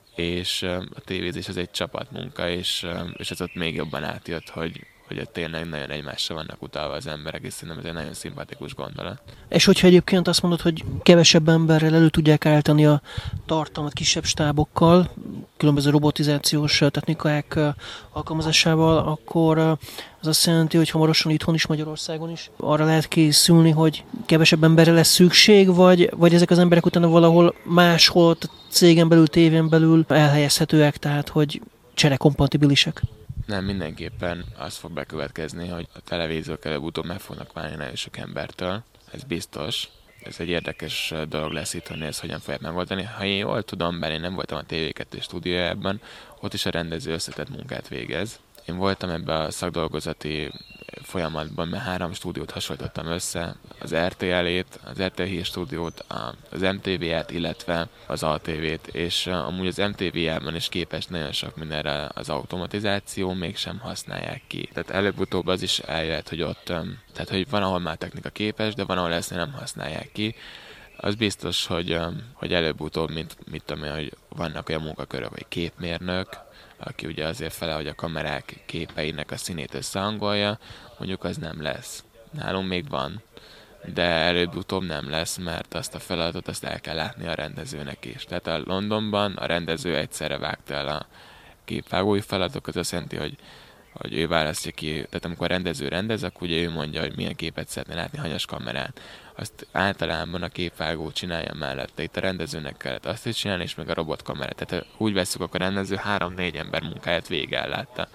És a tévézés az egy csapatmunka, és, és ez ott még jobban átjött, hogy, hogy tényleg nagyon egymásra vannak utalva az emberek, és szerintem ez egy nagyon szimpatikus gondolat. És hogyha egyébként azt mondod, hogy kevesebb emberrel elő tudják állítani a tartalmat kisebb stábokkal, különböző robotizációs technikák alkalmazásával, akkor az azt jelenti, hogy hamarosan itthon is, Magyarországon is arra lehet készülni, hogy kevesebb emberre lesz szükség, vagy, vagy ezek az emberek utána valahol máshol, cégen belül, tévén belül elhelyezhetőek, tehát hogy cserekompatibilisek. Nem, mindenképpen az fog bekövetkezni, hogy a televíziók előbb-utóbb meg fognak válni nagyon sok embertől. Ez biztos. Ez egy érdekes dolog lesz itt, hogy ezt hogyan fogják megoldani. Ha én jól tudom, bár én nem voltam a té vé kettő stúdiójában, ott is a rendező összetett munkát végez. Én voltam ebben a szakdolgozati folyamatban, mert három stúdiót hasonlítottam össze, az er té el-ét, az er té el hírstúdiót, az em té vé-et, illetve az á té vét, és amúgy az em té vé-ában is képes nagyon sok mindenre az automatizáció, mégsem használják ki. Tehát előbb-utóbb az is eljöhet, hogy ott, tehát hogy van, ahol már technika képes, de van, ahol ezt nem használják ki. Az biztos, hogy, hogy előbb-utóbb, mint, mit tudom én, hogy vannak olyan munkakörök, hogy képmérnök, aki ugye azért fele, hogy a kamerák képeinek a színét összehangolja, mondjuk az nem lesz. Nálunk még van, de előbb-utóbb nem lesz, mert azt a feladatot azt el kell látni a rendezőnek is. Tehát a Londonban a rendező egyszerre vágta el a képvágói feladatok, az azt jelenti, hogy, hogy ő választja ki, tehát amikor a rendező rendez, akkor ugye ő mondja, hogy milyen képet szeretne látni, hanyas kamerán. Azt általában a képvágó csinálja mellette. Itt a rendezőnek kellett azt is csinálni, és meg a robotkamerát. Tehát úgy veszük, akkor a rendező három-négy ember munkáját végellátta.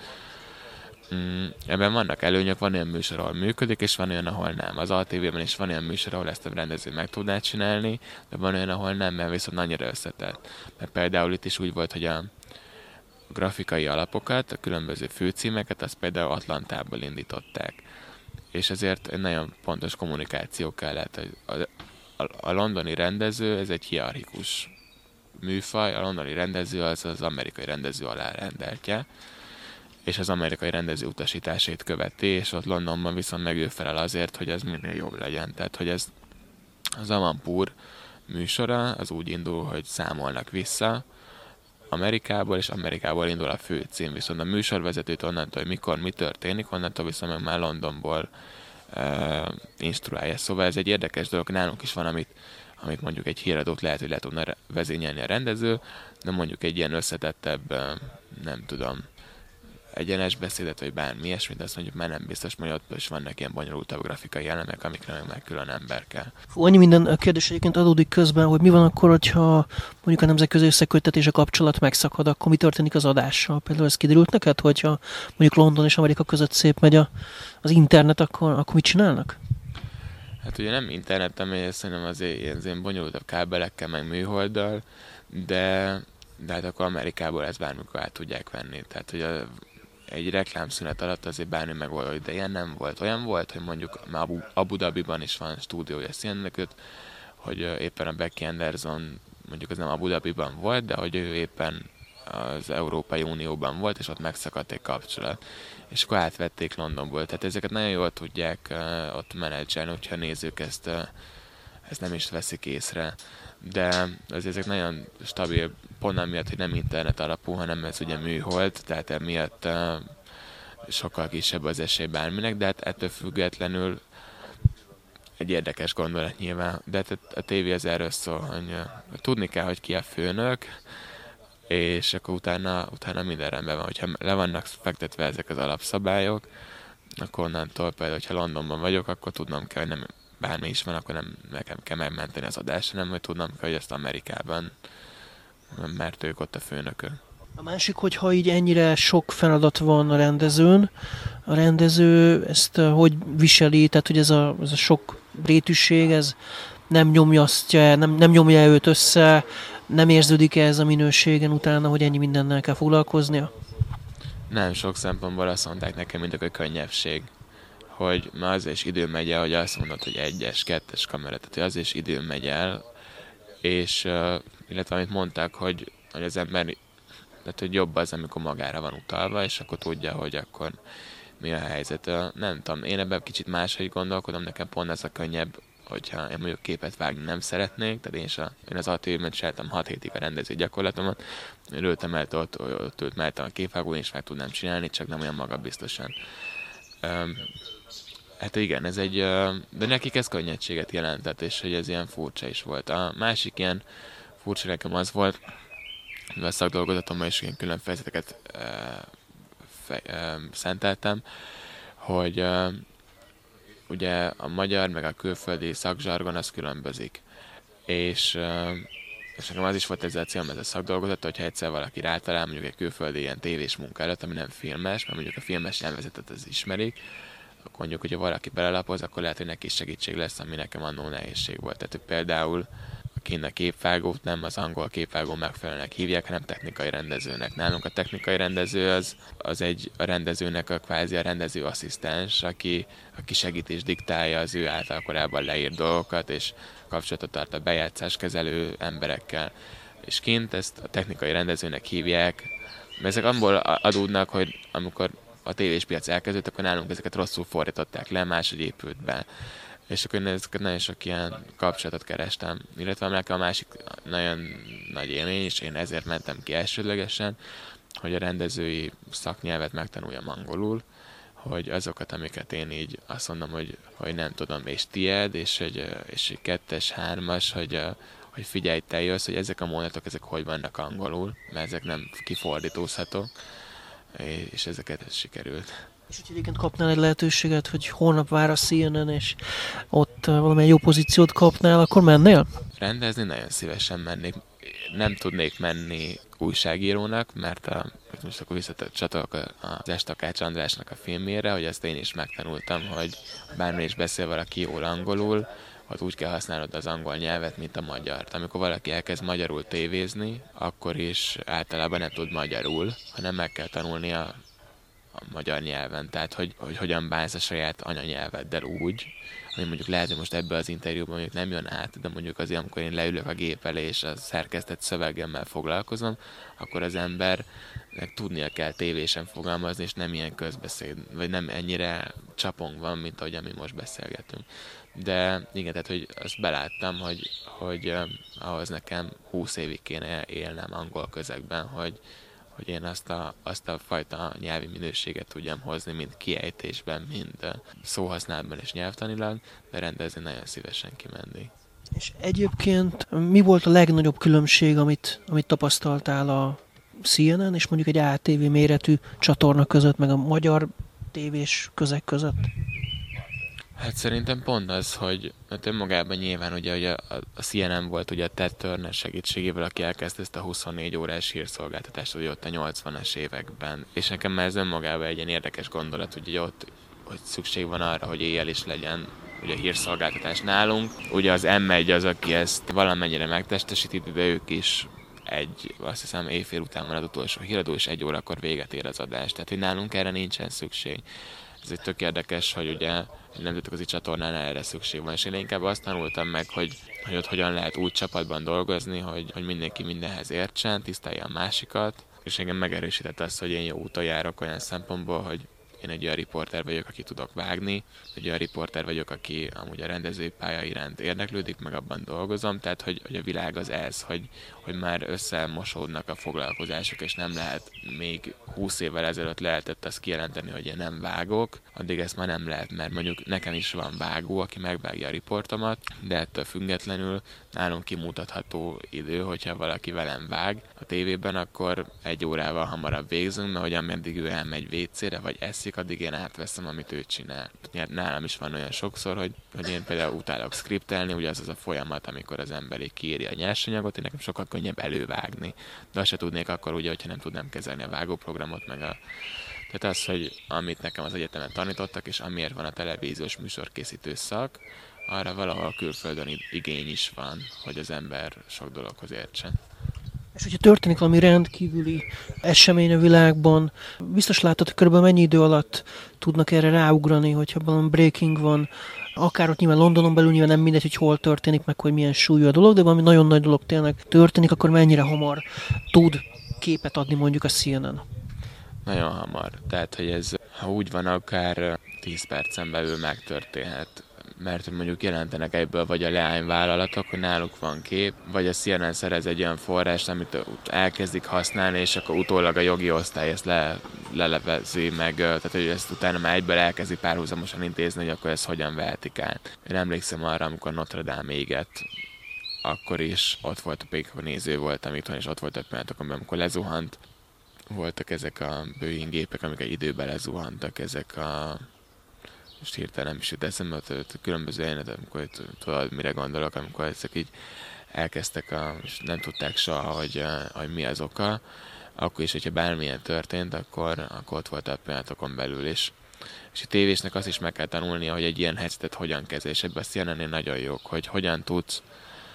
Mm, ebben vannak előnyök, van olyan műsor, ahol működik, és van olyan, ahol nem. Az á té vében is van olyan műsor, ahol ezt a rendező meg tudná csinálni, de van olyan, ahol nem, mert viszont annyira összetett. Mert például itt is úgy volt, hogy a grafikai alapokat, a különböző főcímeket, azt például Atlantából indították. És ezért egy nagyon pontos kommunikáció kellett. A, a, a londoni rendező, ez egy hierarchikus műfaj, a londoni rendező az az amerikai rendező alá rendeltje, és az amerikai rendező utasításait követi, és ott Londonban viszont meg ő felel azért, hogy ez minél jobb legyen. Tehát, hogy ez az Amanpour műsora, az úgy indul, hogy számolnak vissza Amerikából, és Amerikából indul a főcím, viszont a műsorvezetőt onnantól, hogy mikor mi történik, onnantól viszont meg már Londonból uh, instruálja. Szóval ez egy érdekes dolog, nálunk is van, amit, amit mondjuk egy híradót lehet, hogy le tudna vezényelni a rendező, de mondjuk egy ilyen összetettebb, uh, nem tudom, egyenes beszédet, vagy bármi ilyesmit, azt mondjuk már nem biztos, hogy ott is vannak ilyen bonyolultabb grafikai elemek, amikre meg már külön ember kell. Fú, annyi minden kérdés egyébként adódik közben, hogy mi van akkor, hogyha mondjuk a nemzetközi összeköttetés, a kapcsolat megszakad, akkor mi történik az adással? Például ez kiderült neked, hogyha mondjuk London és Amerika között szép megy a, az internet, akkor, akkor mit csinálnak? Hát ugye nem internetem, mert szerintem azért ilyen, ilyen bonyolultabb kábelekkel, meg műholddal, de, de hát akkor Amerikából ezt bármikor át tudják venni. Tehát, hogy a egy reklámszünet alatt azért bármi megoldó, de ilyen nem volt. Olyan volt, hogy mondjuk Abu, Abu Dhabiban is van stúdiója színnek, hogy éppen a Becky Anderson, mondjuk az nem Abu Dhabiban volt, de hogy ő éppen az Európai Unióban volt, és ott megszakadt egy kapcsolat. És akkor átvették Londonból. Tehát ezeket nagyon jól tudják uh, ott menedzselni, hogyha nézők ezt, uh, ezt nem is veszik észre. De azért ezek nagyon stabil, pont amiatt, hogy nem internet alapú, hanem ez ugye műhold, tehát emiatt uh, sokkal kisebb az esély bárminek, de hát ettől függetlenül egy érdekes gondolat nyilván, de hát a tévé az erről szól, hogy tudni kell, hogy ki a főnök, és akkor utána, utána minden rendben van. Hogyha le vannak fektetve ezek az alapszabályok, akkor onnantól például, hogyha Londonban vagyok, akkor tudnom kell, hogy nem bármi is van, akkor nem nekem kell megmenteni az adást, hanem hogy tudnom kell, hogy ezt Amerikában, mert ők ott a főnökök. A másik, hogyha így ennyire sok feladat van a rendezőn, a rendező ezt hogy viseli, tehát hogy ez a, ez a sok rétűség, ez nem nyomjasztja, nem, nem nyomja őt össze, nem érződik ez a minőségen utána, hogy ennyi mindennel kell foglalkoznia? Nem, sok szempontból azt mondták nekem, mint a könnyebbség, hogy már azért is idő megy el, hogy azt mondod, hogy egyes, kettes kamera, tehát hogy azért is idő megy el, és illetve amit mondták, hogy, hogy az ember, tehát hogy jobb az, amikor magára van utalva, és akkor tudja, hogy akkor mi a helyzet. Nem tudom, én ebben kicsit máshogy gondolkodom, nekem pont ez a könnyebb, hogyha én mondjuk képet vágni nem szeretnék, tehát én, is a, én az atélben csináltam hat hétig a rendező gyakorlatomat, ültem el, ott, ott ült mellettem a képvágón, és meg tudnám csinálni, csak nem olyan magabiztosan. Um, hát igen, ez egy, de nekik ez könnyedséget jelentett, és hogy ez ilyen furcsa is volt. A másik ilyen furcsa nekem az volt, mivel a szakdolgozatomban is ilyen külön fejezeteket uh, fej, uh, szenteltem, hogy uh, ugye a magyar meg a külföldi szakzsargon az különbözik. És, és nekem az is volt ezzel a célom, ez a szakdolgozat, hogyha egyszer valaki rátalál mondjuk egy külföldi ilyen tévés munka előtt, ami nem filmes, mert mondjuk a filmes nyelvezetet az ismerik, akkor mondjuk, hogyha valaki belelapoz, akkor lehet, hogy neki segítség lesz, ami nekem annó nehézség volt. Tehát hogy például kint a képvágót nem az angol képvágó megfelelőnek hívják, hanem technikai rendezőnek. Nálunk a technikai rendező az, az egy a rendezőnek a kvázi a rendező asszisztens, aki, aki segít és diktálja az ő által korábban leírt dolgokat, és kapcsolatot tart a bejátszáskezelő emberekkel. És kint ezt a technikai rendezőnek hívják, mert ezek abból adódnak, hogy amikor a tévés piac elkezdődött, akkor nálunk ezeket rosszul fordították le, máshogy épült be. És akkor én ezeket nagyon sok ilyen kapcsolatot kerestem. Illetve nekem a másik nagyon nagy élmény, és én ezért mentem ki elsődlegesen, hogy a rendezői szaknyelvet megtanuljam angolul, hogy azokat, amiket én így azt mondom, hogy, hogy nem tudom, és tied, és egy, és egy kettes, hármas, hogy, hogy figyelj, te jössz, hogy ezek a mondatok, ezek hogy vannak angolul, mert ezek nem kifordítózhatók, és ezeket ez sikerült. És hogyha egyébként kapnál egy lehetőséget, hogy holnap vár a cé en en, és ott valamilyen jó pozíciót kapnál, akkor mennél? Rendezni nagyon szívesen mennék. Nem tudnék menni újságírónak, mert a, most akkor visszacsatolok az Estakács Andrásnak a filmjére, hogy ezt én is megtanultam, hogy bármi is beszél valaki jól angolul, ott úgy kell használnod az angol nyelvet, mint a magyart. Amikor valaki elkezd magyarul tévézni, akkor is általában nem tud magyarul, hanem meg kell tanulnia a magyar nyelven, tehát hogy, hogy hogyan bánsz a saját anyanyelveddel úgy, ami mondjuk lehet, hogy most ebbe az interjúban mondjuk nem jön át, de mondjuk azért, amikor én leülök a gép elé és a szerkesztett szövegemmel foglalkozom, akkor az embernek tudnia kell tévésen fogalmazni, és nem ilyen közbeszéd, vagy nem ennyire csapong van, mint ahogy mi most beszélgetünk. De igen, tehát hogy azt beláttam, hogy, hogy eh, ahhoz nekem húsz évig kéne élnem angol közegben, hogy hogy én azt a, azt a fajta nyelvi minőséget tudjam hozni, mind kiejtésben, mind szóhasználatban és nyelvtanilag, de rendezni nagyon szívesen kimenni. És egyébként mi volt a legnagyobb különbség, amit, amit tapasztaltál a cé en en és mondjuk egy á té vé méretű csatorna között, meg a magyar tévés közeg között? Hát szerintem pont az, hogy hát önmagában nyilván ugye, ugye a, a cé en en volt ugye a Ted Turner segítségével, aki elkezdte ezt a huszonnégy órás hírszolgáltatást, ugye ott a nyolcvanas években. És nekem már ez önmagában egy ilyen érdekes gondolat, hogy ott hogy szükség van arra, hogy éjjel is legyen ugye a hírszolgáltatás nálunk. Ugye az em egy az, aki ezt valamennyire megtestesíti, de ők is egy, azt hiszem éjfél után van az utolsó híradó, és egy órakor véget ér az adás. Tehát, hogy nálunk erre nincsen szükség. Ez egy tök érdekes, hogy ugye nemzetközi csatornánál erre szükség van, és én inkább azt tanultam meg, hogy, hogy ott hogyan lehet úgy csapatban dolgozni, hogy, hogy mindenki mindenhez értsen, tisztelje a másikat, és engem megerősített azt, hogy én jó úton járok olyan szempontból, hogy én egy olyan riporter vagyok, aki tudok vágni, egy olyan riporter vagyok, aki amúgy a rendezőpálya iránt érdeklődik, meg abban dolgozom, tehát hogy, hogy a világ az ez, hogy, hogy már összemosódnak a foglalkozások, és nem lehet még húsz évvel ezelőtt lehetett azt kijelenteni, hogy én nem vágok, addig ezt már nem lehet, mert mondjuk nekem is van vágó, aki megvágja a riportomat, de ettől függetlenül nálunk kimutatható idő, hogyha valaki velem vág a tévében, akkor egy órával hamarabb végzünk, mert hogy ameddig ő elmegy vécére, vagy eszik, addig én átveszem, amit ő csinál. Nálam is van olyan sokszor, hogy, hogy én például utálok skriptelni, ugye az az a folyamat, amikor az ember így kiírja a nyersanyagot, én nekem sokkal könnyebb elővágni. De azt se tudnék akkor ugye, hogyha nem tudnám kezelni a vágóprogramot, meg a... Tehát az, hogy amit nekem az egyetemen tanítottak, és amiért van a televíziós műsorkészítő szak, arra valahol külföldön igény is van, hogy az ember sok dologhoz értsen. És hogyha történik valami rendkívüli esemény a világban, biztos látod, hogy körülbelül mennyi idő alatt tudnak erre ráugrani, hogyha valami breaking van, akár ott nyilván Londonon belül nyilván nem mindegy, hogy hol történik, meg hogy milyen súlyú a dolog, de valami nagyon nagy dolog tényleg történik, akkor mennyire hamar tud képet adni mondjuk a C N N? Nagyon hamar. Tehát, hogy ez, ha úgy van, akár tíz percen belül megtörténhet. Mert mondjuk jelentenek egyből vagy a leányvállalatok, hogy náluk van kép, vagy a C N N szerez egy olyan forrást, amit elkezdik használni, és akkor utólag a jogi osztály ezt le, lelevezi meg, tehát hogy ezt utána már egyből elkezdi párhuzamosan intézni, hogy akkor ezt hogyan vehetik át. Én emlékszem arra, amikor Notre Dame égett, akkor is ott volt, pedig a néző voltam itthon, és ott volt a pillanatokon, amikor lezuhant. Voltak ezek a Boeing gépek, amik egy időben lezuhantak, ezek a... most hirtelen nem is jut eszembe, hogy különböző jelenetek, amikor tudod, mire gondolok, amikor ezek így elkezdtek, a, és nem tudták soha, hogy, hogy mi az oka, akkor is, hogyha bármilyen történt, akkor, akkor ott volt a pillanatokon belül is. És a tévésnek azt is meg kell tanulnia, hogy egy ilyen helyzetet hogyan kezel, és ebben a C N N-nél nagyon jók, hogy hogyan tudsz,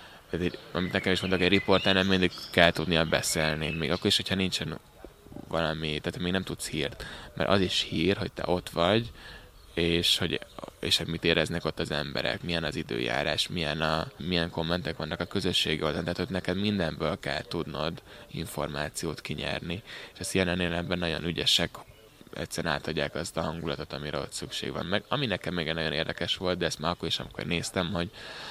amit nekem is mondtak, egy riporteren mindig kell tudnia beszélni, még akkor is, hogyha nincsen valami, tehát még nem tudsz hírt, mert az is hír, hogy te ott vagy, és hogy és mit éreznek ott az emberek, milyen az időjárás, milyen, a, milyen kommentek vannak a közösségi oldalon, tehát hogy neked mindenből kell tudnod információt kinyerni, és a C N N-nél ebben nagyon ügyesek, egyszerűen átadják azt a hangulatot, amire ott szükség van. Meg ami nekem még nagyon érdekes volt, de ezt már akkor is, amikor néztem, hogy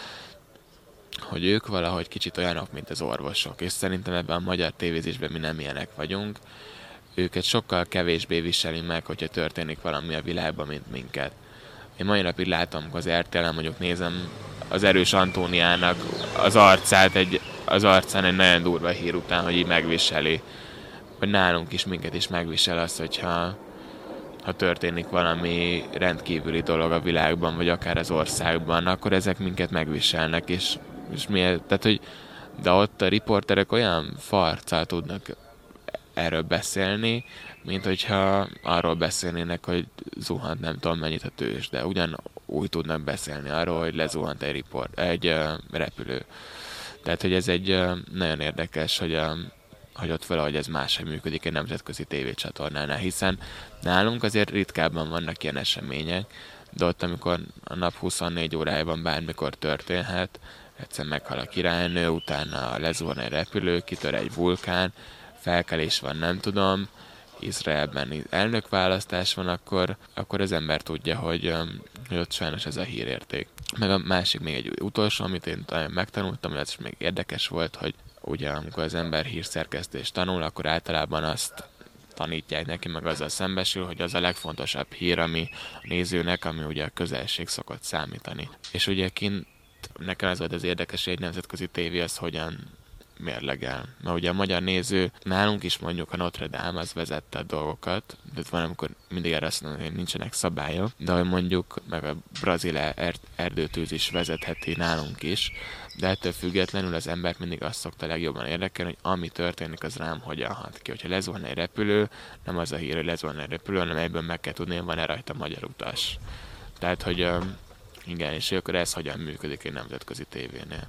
hogy ők valahogy kicsit olyanok, mint az orvosok, és szerintem ebben a magyar tévézésben mi nem ilyenek vagyunk, őket sokkal kevésbé viseli meg, hogyha történik valami a világban, mint minket. Én mai napig látom, amikor az er té el-en mondjuk nézem az Erős Antóniának az arcát, egy, az arcán egy nagyon durva hír után, hogy így megviseli. Vagy nálunk is minket is megvisel az, hogyha ha történik valami rendkívüli dolog a világban, vagy akár az országban, akkor ezek minket megviselnek, és, és miért, tehát, hogy de ott a riporterek olyan farccal tudnak erről beszélni, mint hogyha arról beszélnének, hogy zuhant nem tudom mennyit a tőzs, de ugyan úgy tudnak beszélni arról, hogy lezuhant egy, report, egy uh, repülő. Tehát, hogy ez egy uh, nagyon érdekes, hogy, uh, hogy ott valahogy ez máshogy működik egy nemzetközi tévécsatornánál, hiszen nálunk azért ritkábban vannak ilyen események, de ott, amikor a nap huszonnégy órájában bármikor történhet, egyszer meghal a királynő, utána lezuhan egy repülő, kitör egy vulkán, felkelés van, nem tudom, Izraelben elnökválasztás van, akkor, akkor az ember tudja, hogy, hogy ott sajnos ez a hírérték. Meg a másik még egy utolsó, amit én megtanultam, hogy ez is még érdekes volt, hogy ugye amikor az ember hírszerkesztést tanul, akkor általában azt tanítják neki, meg azzal szembesül, hogy az a legfontosabb hír, ami a nézőnek, ami ugye a közelség szokott számítani. És ugye kint nekem ez volt az érdekes, hogy egy nemzetközi tévé az hogyan mérlegel. Mert ugye a magyar néző, nálunk is mondjuk a Notre Dame az vezette a dolgokat, de van, amikor mindig erre azt mondom, hogy nincsenek szabályok, de hogy mondjuk meg a brazil er- erdőtűz is vezetheti nálunk is, de ettől függetlenül az embert mindig azt szokta legjobban érdekelni, hogy ami történik, az rám hogyan hat ki. Hogyha lezuhan egy repülő, nem az a hír, hogy lezuhan egy repülő, hanem egyből meg kell tudni, hogy van-e rajta magyar utas. Tehát, hogy igen, és akkor ez hogyan működik egy nemzetközi tévénél.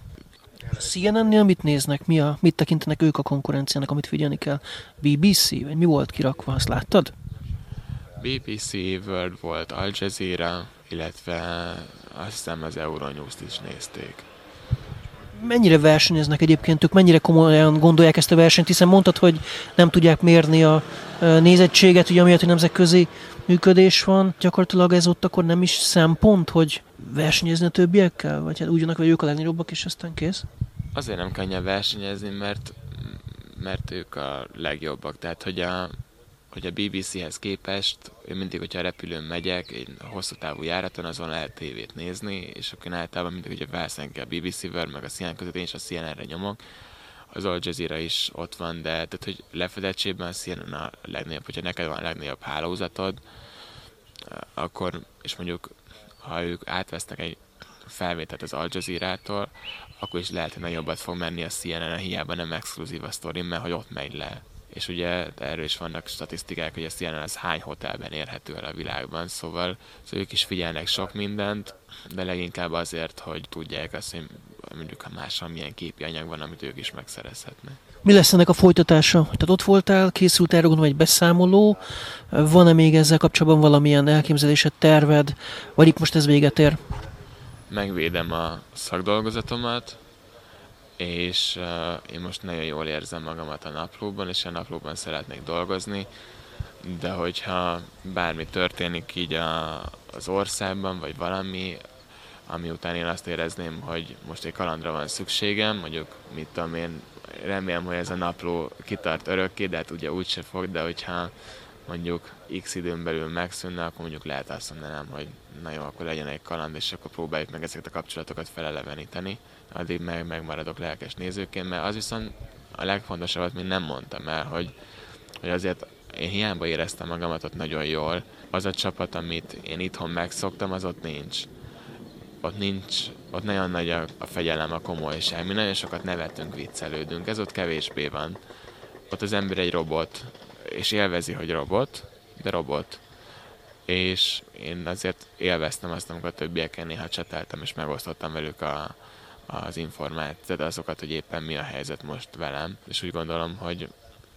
C N N-nél mit néznek? Mi a, mit tekintenek ők a konkurenciának, amit figyelni kell? B B C? Vagy mi volt kirakva? Azt láttad? B B C, World volt, Al Jazeera, illetve azt hiszem az Euronews-t is nézték. Mennyire versenyeznek egyébként ők, mennyire komolyan gondolják ezt a versenyt, hiszen mondtad, hogy nem tudják mérni a nézettséget, ugye amiatt, hogy nemzetközi működés van. Gyakorlatilag ez ott akkor nem is szempont, hogy versenyezni a többiekkel? Vagy hát úgy vannak, hogy ők a legnagyobbak, és aztán kész? Azért nem könnyebb versenyezni, mert, mert ők a legjobbak. Tehát, hogy a, hogy a bé bé céhez képest, én mindig, hogyha a repülőn megyek, egy hosszú távú járaton, azon lehet tévét nézni, és akkor általában mindig, hogyha felszengel a bé bé cé-vel, meg a cé en en között, én is a cé en en-re nyomok. Az Al Jazeera is ott van, de tehát, hogy lefedettségben a cé en en a legnagyobb, hogyha neked van a legnagyobb hálózatod, akkor, és mondjuk, ha ők átvesznek egy felvételt az Al Jazeera-tól, akkor is lehet, hogy nagyobbat fog menni a cé en en, hiába nem exkluzív a sztorim, mert hogy ott megy le. És ugye erről is vannak statisztikák, hogy a cé en en az hány hotelben érhető el a világban, szóval, szóval ők is figyelnek sok mindent, de leginkább azért, hogy tudják azt, hogy mondjuk ha máshol milyen képi anyag van, amit ők is megszerezhetnek. Mi lesz ennek a folytatása? Tehát ott voltál, készült erről gondolom egy beszámoló, van-e még ezzel kapcsolatban valamilyen elképzelésed, terved, vagy itt most ez véget ér? Megvédem a szakdolgozatomat, és uh, én most nagyon jól érzem magamat a naplóban, és a naplóban szeretnék dolgozni, de hogyha bármi történik így a, az országban, vagy valami, ami után én azt érezném, hogy most egy kalandra van szükségem, mondjuk, mit tudom én, remélem, hogy ez a napló kitart örökké, de hát ugye úgyse fog, de hogyha mondjuk x időn belül megszűnne, akkor mondjuk lehet azt mondanám, hogy na jó, akkor legyen egy kaland, és akkor próbáljuk meg ezeket a kapcsolatokat feleleveníteni. Addig meg, megmaradok lelkes nézőként, mert az viszont a legfontosabbat még nem mondtam el, hogy, hogy azért én hiába éreztem magamat ott nagyon jól. Az a csapat, amit én itthon megszoktam, az ott nincs. Ott nincs, ott nagyon nagy a, a fegyelem, a komolyság. Mi nagyon sokat nevetünk, viccelődünk, ez ott kevésbé van. Ott az ember egy robot, és élvezi, hogy robot, de robot. És én azért élveztem azt, amikor a többiekkel néha cseteltem, és megosztottam velük a, az információt, azokat, hogy éppen mi a helyzet most velem. És úgy gondolom, hogy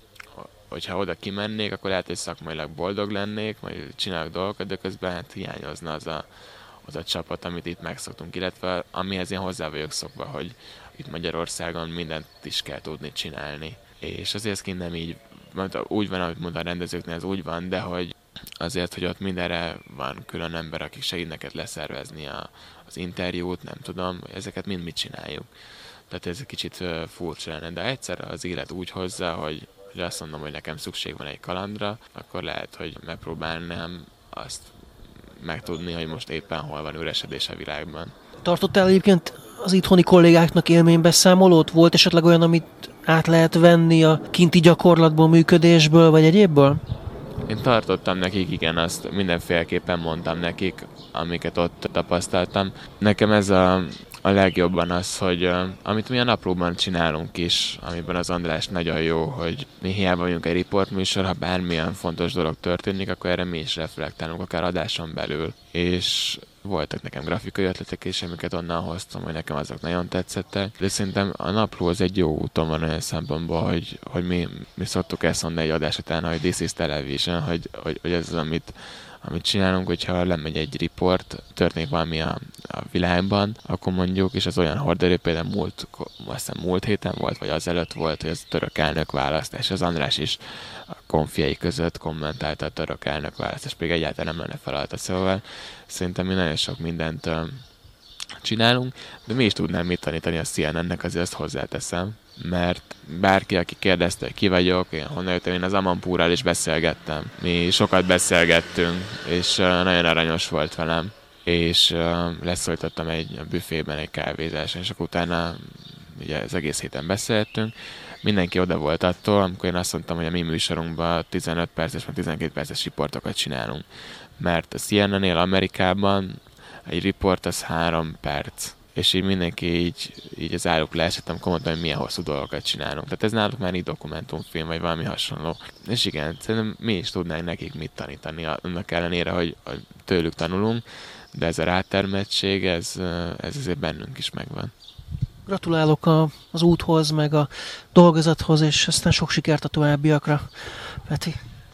hogyha oda kimennék, akkor lehet, hogy szakmailag boldog lennék, majd csinálok dolgokat, de közben hát hiányozna az a, az a csapat, amit itt megszoktunk, illetve amihez én hozzá vagyok szokva, hogy itt Magyarországon mindent is kell tudni csinálni. És azért ez kint nem így, úgy van, ahogy mond a rendezőknél, ez úgy van, de hogy azért, hogy ott mindenre van külön ember, akik segít neked leszervezni a, az interjút, nem tudom, ezeket mind mit csináljuk. Tehát ez egy kicsit furcsa lenne, de egyszer az élet úgy hozza, hogy hogy azt mondom, hogy nekem szükség van egy kalandra, akkor lehet, hogy megpróbálnám azt megtudni, hogy most éppen hol van üresedés a világban. Tartottál egyébként az itthoni kollégáknak élménybeszámolót? Volt esetleg olyan, amit át lehet venni a kinti gyakorlatból, működésből, vagy egyébből? Én tartottam nekik, igen, azt mindenféleképpen mondtam nekik, amiket ott tapasztaltam. Nekem ez a A legjobban az, hogy uh, amit mi a naplóban csinálunk is, amiben az András nagyon jó, hogy mi hiába vagyunk egy riportműsor, ha bármilyen fontos dolog történik, akkor erre mi is reflektálunk, akár adáson belül. És voltak nekem grafikai ötletek is, amiket onnan hoztam, hogy nekem azok nagyon tetszettek. De szerintem a napló az egy jó úton van olyan szempontból, hogy, hogy mi, mi szoktuk ezt mondani egy adás után, hogy this is television, hogy, hogy, hogy ez az, amit amit csinálunk, hogyha lemegy egy riport, történik valami a, a világban, akkor mondjuk, és az olyan horderő, például múlt, azt hiszem múlt héten volt, vagy azelőtt volt, hogy az török elnök választás, az András is a konfiai között kommentálta a török elnök választás, pedig egyáltalán nem lenne feladata, szóval szerintem mi nagyon sok mindent uh, csinálunk, de mi is tudnám mit tanítani a cé en en-nek, azért azt hozzáteszem, mert bárki, aki kérdezte, hogy ki vagyok, én honnan jöttem, én az Amanpúrral is beszélgettem. Mi sokat beszélgettünk, és uh, nagyon aranyos volt velem, és uh, leszólítottam egy büfében egy kávézáson, és akkor utána ugye az egész héten beszéltünk. Mindenki oda volt attól, amikor én azt mondtam, hogy a mi műsorunkban tizenöt perces, vagy tizenkét perces riportokat csinálunk. Mert a cé en en-nél Amerikában egy riport az három perc. És így mindenki így, így az álluk leesett, amikor mondtam, hogy milyen hosszú dolgokat csinálunk. Tehát ez náluk már így dokumentumfilm, vagy valami hasonló. És igen, szerintem mi is tudnánk nekik mit tanítani, annak ellenére, hogy, hogy tőlük tanulunk, de ez a rátermettség, ez, ez azért bennünk is megvan. Gratulálok a, az úthoz, meg a dolgozathoz, és aztán sok sikert a továbbiakra, Peti.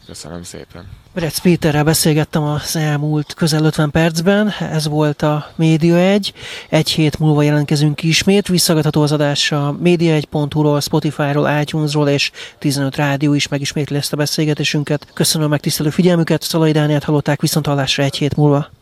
Köszönöm szépen. Berec Péterrel beszélgettem az elmúlt közel ötven percben, ez volt a Média egy. Egy hét múlva jelentkezünk ismét, visszagatható az adás a média egy pont hu-ról, Spotify-ról, iTunes-ról és tizenöt rádió is megismétli ezt a beszélgetésünket. Köszönöm a megtisztelő figyelmüket, Szalai Dánielt hallották, viszont hallásra egy hét múlva.